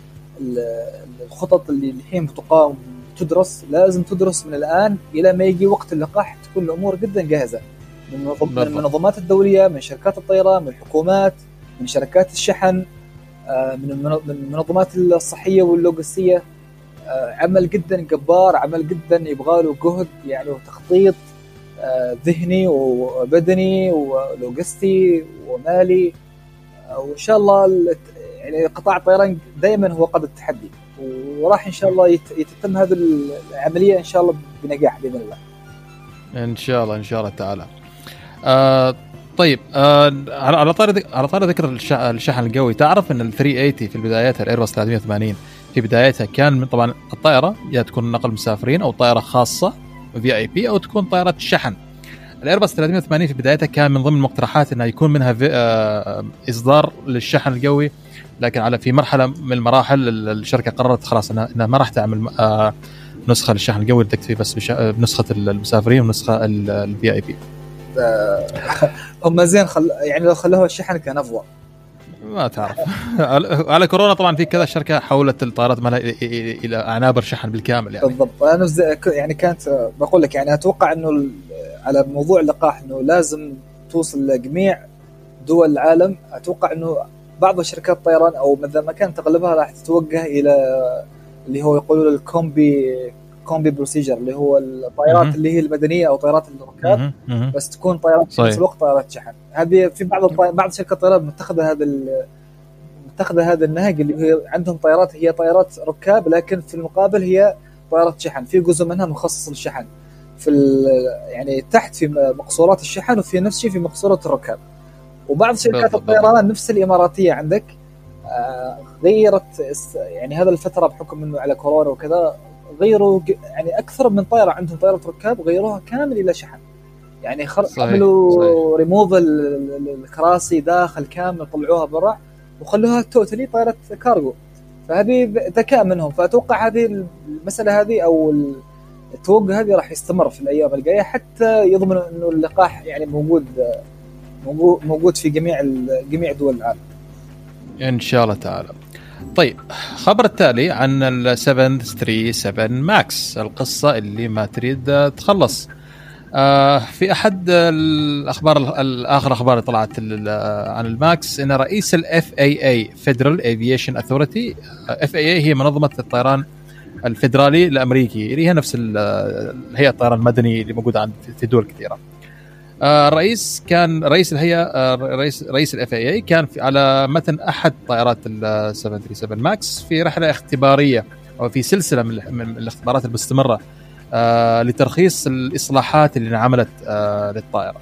الخطط اللي الحين بتقام تدرس، لازم تدرس من الآن إلى ما يجي وقت اللقاح تكون الأمور جدا جاهزة من المنظمات الدولية، من شركات الطيران، من الحكومات، من شركات الشحن، من المنظمات الصحية واللوجستية. عمل جدا جبار، عمل جدا يبغى له جهد يعني وتخطيط ذهني وبدني ولوجستي ومالي، وإن شاء الله يعني قطاع الطيران دائما هو قد التحدي، وراح إن شاء الله يتم هذه العملية إن شاء الله بنجاح بإذن الله. إن شاء الله تعالى. طيب، على طار ذكر الشحن الجوي، تعرف ان ال 380 في البدايات، الايرباص 380 في بدايتها كان طبعا الطائره يا تكون نقل مسافرين او طائره خاصه VIP او تكون طائره شحن. الايرباص 380 في بدايتها كان من ضمن المقترحات انها يكون منها اصدار للشحن الجوي، لكن في مرحله من المراحل الشركه قررت خلاص انها ما راح تعمل نسخه للشحن الجوي، تكتفي بس بنسخه المسافرين ونسخه VIP. هم زين يعني لو خلوها الشحن كان افضل. ما تعرف على كورونا طبعا في كذا شركه حولت الطائرات مالها الى عنابر شحن بالكامل يعني. بالضبط. انا يعني كانت بقول لك يعني اتوقع انه على موضوع اللقاح انه لازم توصل لجميع دول العالم. اتوقع انه بعض شركات الطيران او مثل ما كانت تغلبها راح تتوجه الى اللي هو يقولوا كومبي بروسيجر، اللي هو الطائرات اللي هي المدنيه او طائرات الركاب بس تكون طائرات في نفس الوقت طائرات شحن. هذه في بعض شركات الطيران متخذه هذا النهج اللي هي عندهم طائرات هي طائرات ركاب، لكن في المقابل هي طائرات شحن، في جزء منها مخصص للشحن في يعني تحت في مقصورات الشحن، وفي نفس الشيء في مقصورات الركاب. وبعض شركات الطيران نفس الاماراتيه عندك غيرت يعني هذا الفتره بحكم انه على كورونا وكذا، غيروا يعني اكثر من طائره عندهم طائره ركاب غيروها كامل الى شحن، يعني عملوا ريموف الكراسي داخل كامل، طلعوها برا وخلوها توتالي طائره كارغو. فهذه ذكاء منهم. فاتوقع هذه المساله هذه او التوجه هذه راح يستمر في الايام الجايه حتى يضمن انه اللقاح يعني موجود في جميع دول العالم ان شاء الله تعالى. طيب، خبر التالي عن ال 737 ماكس، القصة اللي ما تريد تخلص. في أحد الآخر أخبار اللي طلعت عن الماكس إن رئيس ال FAA Federal Aviation Authority، FAA هي منظمة الطيران الفيدرالي الأمريكي اللي هي نفس الهيئة الطيران المدني اللي موجودة في دول كثيرة. رئيس الهيئة رئيس ال FAA كان على متن أحد طائرات ال 737 ماكس في رحلة اختبارية أو في سلسلة من الاختبارات المستمرة لترخيص الإصلاحات اللي انعملت للطائرة.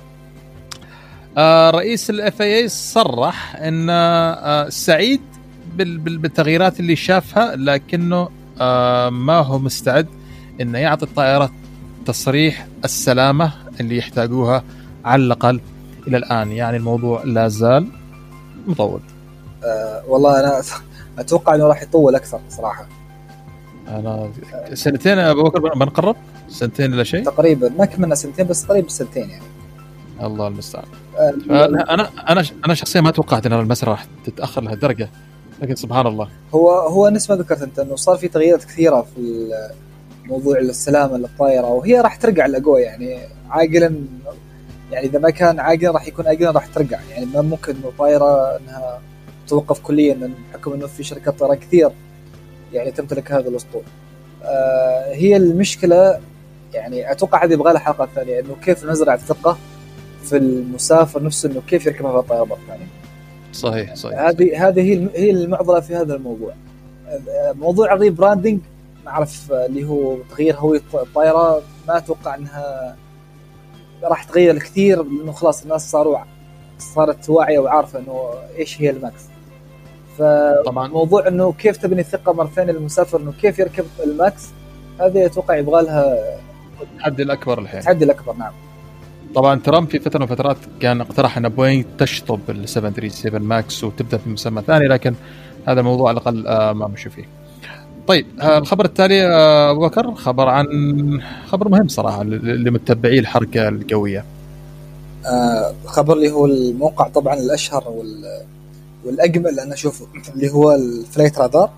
رئيس ال FAA صرح أن سعيد بالتغييرات اللي شافها، لكنه ما هو مستعد أنه يعطي الطائرة تصريح السلامة اللي يحتاجوها على الأقل إلى الآن. يعني الموضوع لا زال مطول. والله أنا أتوقع أنه راح يطول أكثر صراحة. أنا سنتين أبو بكر بنقرب سنتين إلى شيء تقريبا، ما كملنا سنتين بس قريب سنتين يعني. الله المستعان. أنا شخصيا ما توقعت أن المسألة راح تتأخر لهالدرجة، لكن سبحان الله. هو نفس ما ذكرت أنت أنه صار في تغييرات كثيرة في موضوع السلامة للطائرة، وهي راح ترجع للقوة يعني عاجلا. يعني إذا ما كان عاجلا راح يكون آجلا، راح ترجع. يعني ما ممكن إنه طائرة إنها توقف كليا، بحكم إنه في شركات طائرة كثير يعني تمتلك هذا الأسطول. هي المشكلة يعني أتوقع هذه يبغى لها حلقة ثانية، إنه كيف نزرع الثقة في المسافر نفسه، إنه كيف يركب هذا الطائرة ثانية. صحيح. هذه هي المعضلة في هذا الموضوع. موضوع الريبراندينج نعرف اللي هو تغيير هوية الطائرة، ما أتوقع أنها راح تغير الكثير، لأنه خلاص الناس صارت واعية وعارفة أنه إيش هي الماكس. فطبعا موضوع أنه كيف تبني الثقة مرة ثانية للمسافر أنه كيف يركب الماكس، هذا أتوقع يبغى لها التحدي الأكبر الحين. التحدي الأكبر نعم. طبعا ترامب في فترة من الفترات كان اقترح أن بوينغ تشطب ال 737 ماكس وتبدأ في مسمى ثاني، لكن هذا الموضوع على الأقل ما مشوا فيه. طيب، الخبر التالي أبو بكر خبر مهم صراحة لمتبعي الحركة الجوية. خبر اللي هو الموقع طبعا الأشهر والأجمل أنا أشوفه اللي هو الفلايت رادار.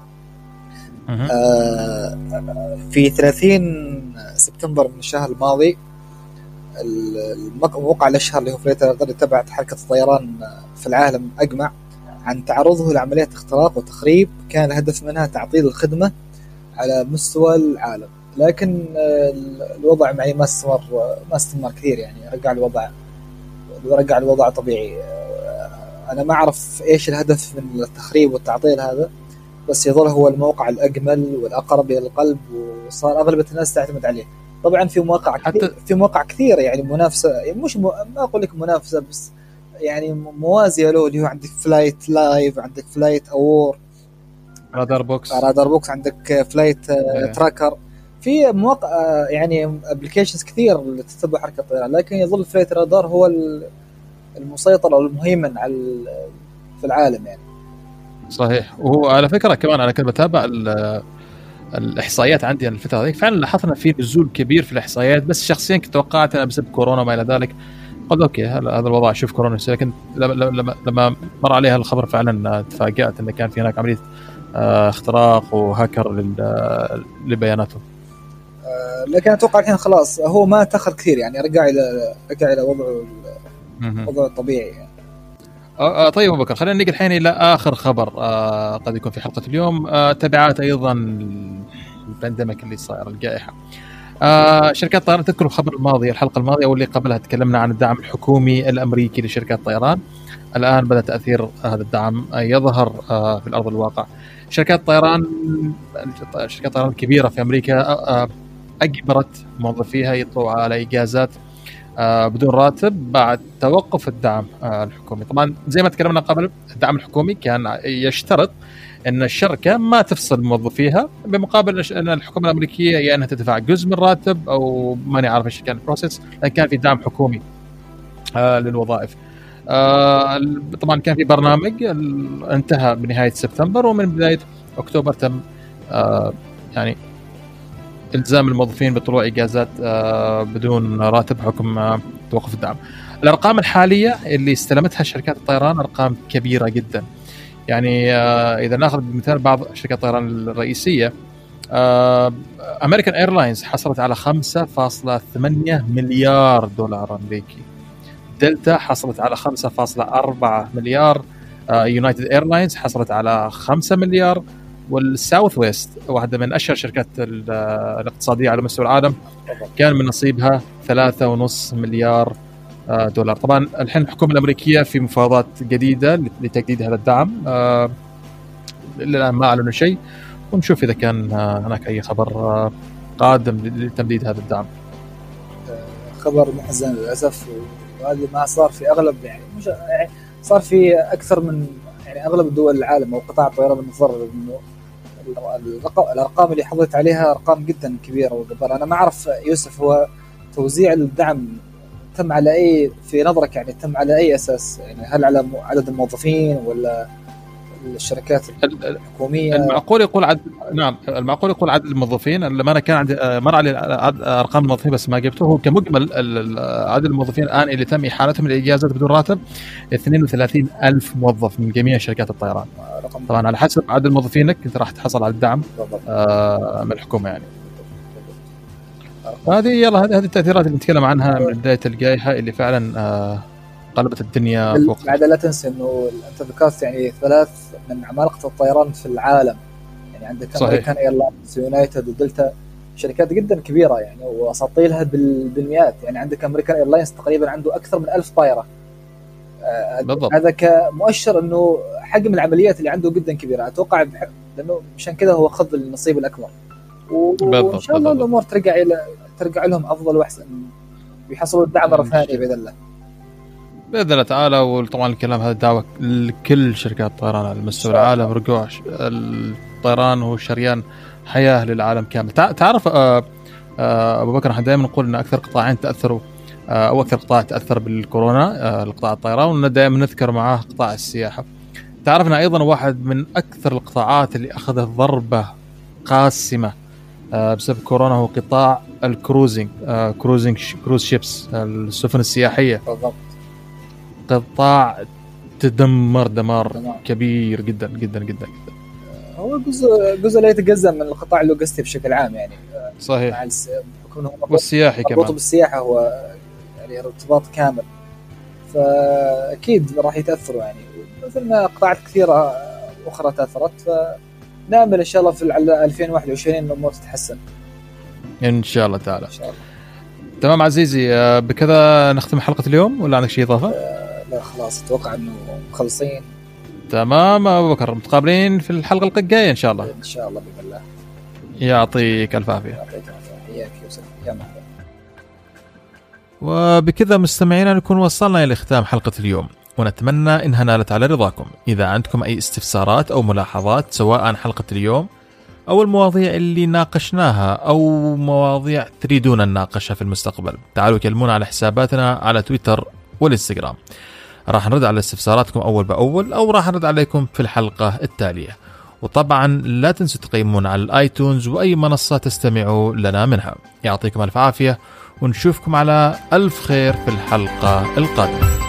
في 30 سبتمبر من الشهر الماضي الموقع الأشهر اللي هو فلايت رادار تبع حركة الطيران في العالم أجمع عن تعرضه لعمليات اختراق وتخريب كان الهدف منها تعطيل الخدمة على مستوى العالم. لكن الوضع معي ما استمر كثير، يعني رجع الوضع طبيعي. أنا ما أعرف إيش الهدف من التخريب والتعطيل هذا، بس يظل هو الموقع الأجمل والأقرب إلى القلب، وصار أغلب الناس تعتمد عليه. طبعا في مواقع كثير يعني منافسة، يعني ما أقول لك منافسة، بس يعني موازية له، اللي هو عندك فلايت لايف، عندك فلايت أور، رادار بوكس، عندك فلايت تراكر. في مواقع يعني ابلكيشنز كثير اللي تتبع حركة الطيران، لكن يظل فلايت رادار هو المسيطر أو المهيمن في العالم يعني. صحيح. وهو على فكرة كمان أنا كنت بتابع الإحصائيات عندي عن الفترة هذه، فعلا لاحظنا في نزول كبير في الإحصائيات، بس شخصيا كنت توقعت أنا بسبب كورونا وما إلى ذلك. قلت أوكي هذا الوضع شوف كورونا، لكن لما مر عليها الخبر فعلا تفاجأت أن كان في هناك عملية اختراق وهاكر لبياناته. لكن أتوقع الحين خلاص هو ما تأخر كثير، يعني رجع إلى وضعه الطبيعي يعني. طيب أبو بكر، خلينا نيجي الحين إلى آخر خبر قد يكون في حلقة اليوم، تبعات أيضا البانديميك اللي صاير، الجائحة. شركات الطيران، تذكروا الخبر الماضي، الحلقة الماضية واللي قبلها تكلمنا عن الدعم الحكومي الأمريكي لشركات الطيران. الآن بدأ تأثير هذا الدعم يظهر في الأرض الواقع. شركات الطيران الكبيرة في أمريكا أجبرت موظفيها يطلعوا على إجازات بدون راتب بعد توقف الدعم الحكومي. طبعا زي ما تكلمنا قبل، الدعم الحكومي كان يشترط أن الشركة ما تفصل موظفيها، بمقابل أن الحكومة الأمريكية يا أنها تدفع جزء من الراتب أو ماني عارف إيش كان البروسيس، لكن كان في دعم حكومي للوظائف. طبعا كان في برنامج انتهى بنهاية سبتمبر، ومن بداية أكتوبر تم يعني إلزام الموظفين بطلوع إجازات بدون راتب حكم توقف الدعم. الأرقام الحالية اللي استلمتها شركات الطيران أرقام كبيرة جدا. يعني إذا نأخذ بمثال بعض شركات الطيران الرئيسية، أمريكان إيرلاينز حصلت على 5.8 مليار دولار أمريكي، دلتا حصلت على 5.4 مليار، يونايتد إيرلاينز حصلت على 5 مليار، والساوث ويست واحدة من أشهر شركات الاقتصادية على مستوى العالم كان من نصيبها 3.5 مليار دولار. طبعا الحين الحكومة الأمريكية في مفاوضات جديدة لتجديد هذا الدعم، الآن ما أعلنوا شيء، ونشوف إذا كان هناك أي خبر قادم لتمديد هذا الدعم. خبر محزن للأسف، وهذا ما صار في أغلب يعني صار في أكثر من يعني أغلب دول العالم أو قطاع الطيران المتضرر، إنه الأرقام اللي حضرت عليها أرقام جدا كبيرة وجبارة. أنا ما أعرف يوسف، هو توزيع الدعم تم على أي، في نظرك يعني تم على أي أساس؟ يعني هل على عدد الموظفين ولا الشركات الحكومية؟ المعقول يقول المعقول يقول عدد الموظفين. لما أنا كان عندي مر علي أرقام الموظفين بس ما جبته، هو كمجمل عدد الموظفين الآن اللي تم إحالتهم للإجازات بدون راتب 32,000 موظف من جميع شركات الطيران. طبعا على حسب عدد موظفينك أنت راح تحصل على الدعم من الحكومة يعني. هذه التأثيرات اللي نتكلم عنها من بداية الجائحة اللي فعلا قلبت الدنيا فوق. بعد لا تنسى إنه أنت ذكرت يعني 3 من عمالقة الطيران في العالم، يعني عندك أمريكان إيرلاينز، يونايتد ودلتا، شركات جدا كبيرة يعني وأساطيلها بالمئات. يعني عندك أمريكان إيرلاينز تقريبا عنده أكثر من 1000 طائرة. هذا كمؤشر إنه حجم العمليات اللي عنده جدا كبيرة. أتوقع لأنه مشان كذا هو خذ النصيب الأكبر، وإن شاء الله الأمور ترجع لهم أفضل وأحسن، ويحصلوا الدعم مرة ثانية بإذن الله. بإذن الله تعالى. وطبعا الكلام هذا دعوة لكل شركات الطيران على مستوى العالم. رجوع الطيران هو شريان حياة للعالم كامل. تعرف أبو بكر، احنا دائما نقول أن أكثر قطاعين تأثروا أو أكثر قطاع تأثر بالكورونا القطاع الطيران، ودائما نذكر معاه قطاع السياحة. تعرفنا أيضا واحد من أكثر القطاعات اللي أخذت ضربة قاسمة بسبب كورونا هو قطاع الكروزنج، كروز شيبس، السفن السياحية. قطاع تدمر دمار كبير جدا جدا جدا جدا. هو جزء لا يتجزأ من القطاع اللوجستي بشكل عام يعني. صحيح. والسياحي كمان. مرتبط بالسياحة هو يعني ارتباط كامل، فأكيد راح يتأثروا يعني مثل ما قطاعات كثيرة أخرى تأثرت. فنأمل إن شاء الله في 2021 الأمور تتحسن. ان شاء الله تعالى. ان شاء الله. تمام عزيزي، بكذا نختم حلقه اليوم ولا عندك شيء اضافه؟ لا خلاص اتوقع انه مخلصين. تمام ابو بكر، متقابلين في الحلقه الجايه ان شاء الله. ان شاء الله باذن الله. يعطيك الف عافيه. يعطيك العافيه. حياك يوسف، يا مرحبا. وبكذا مستمعينا نكون وصلنا إلى ختام حلقة اليوم، ونتمنى إنها نالت على رضاكم. إذا عندكم أي استفسارات أو ملاحظات سواء عن حلقة اليوم أو المواضيع اللي ناقشناها أو مواضيع تريدون نناقشها في المستقبل، تعالوا كلمونا على حساباتنا على تويتر والإنستغرام. راح نرد على استفساراتكم أول بأول، أو راح نرد عليكم في الحلقة التالية. وطبعا لا تنسوا تقيمون على الآيتونز وأي منصة تستمعوا لنا منها. يعطيكم ألف عافية، ونشوفكم على ألف خير في الحلقة القادمة.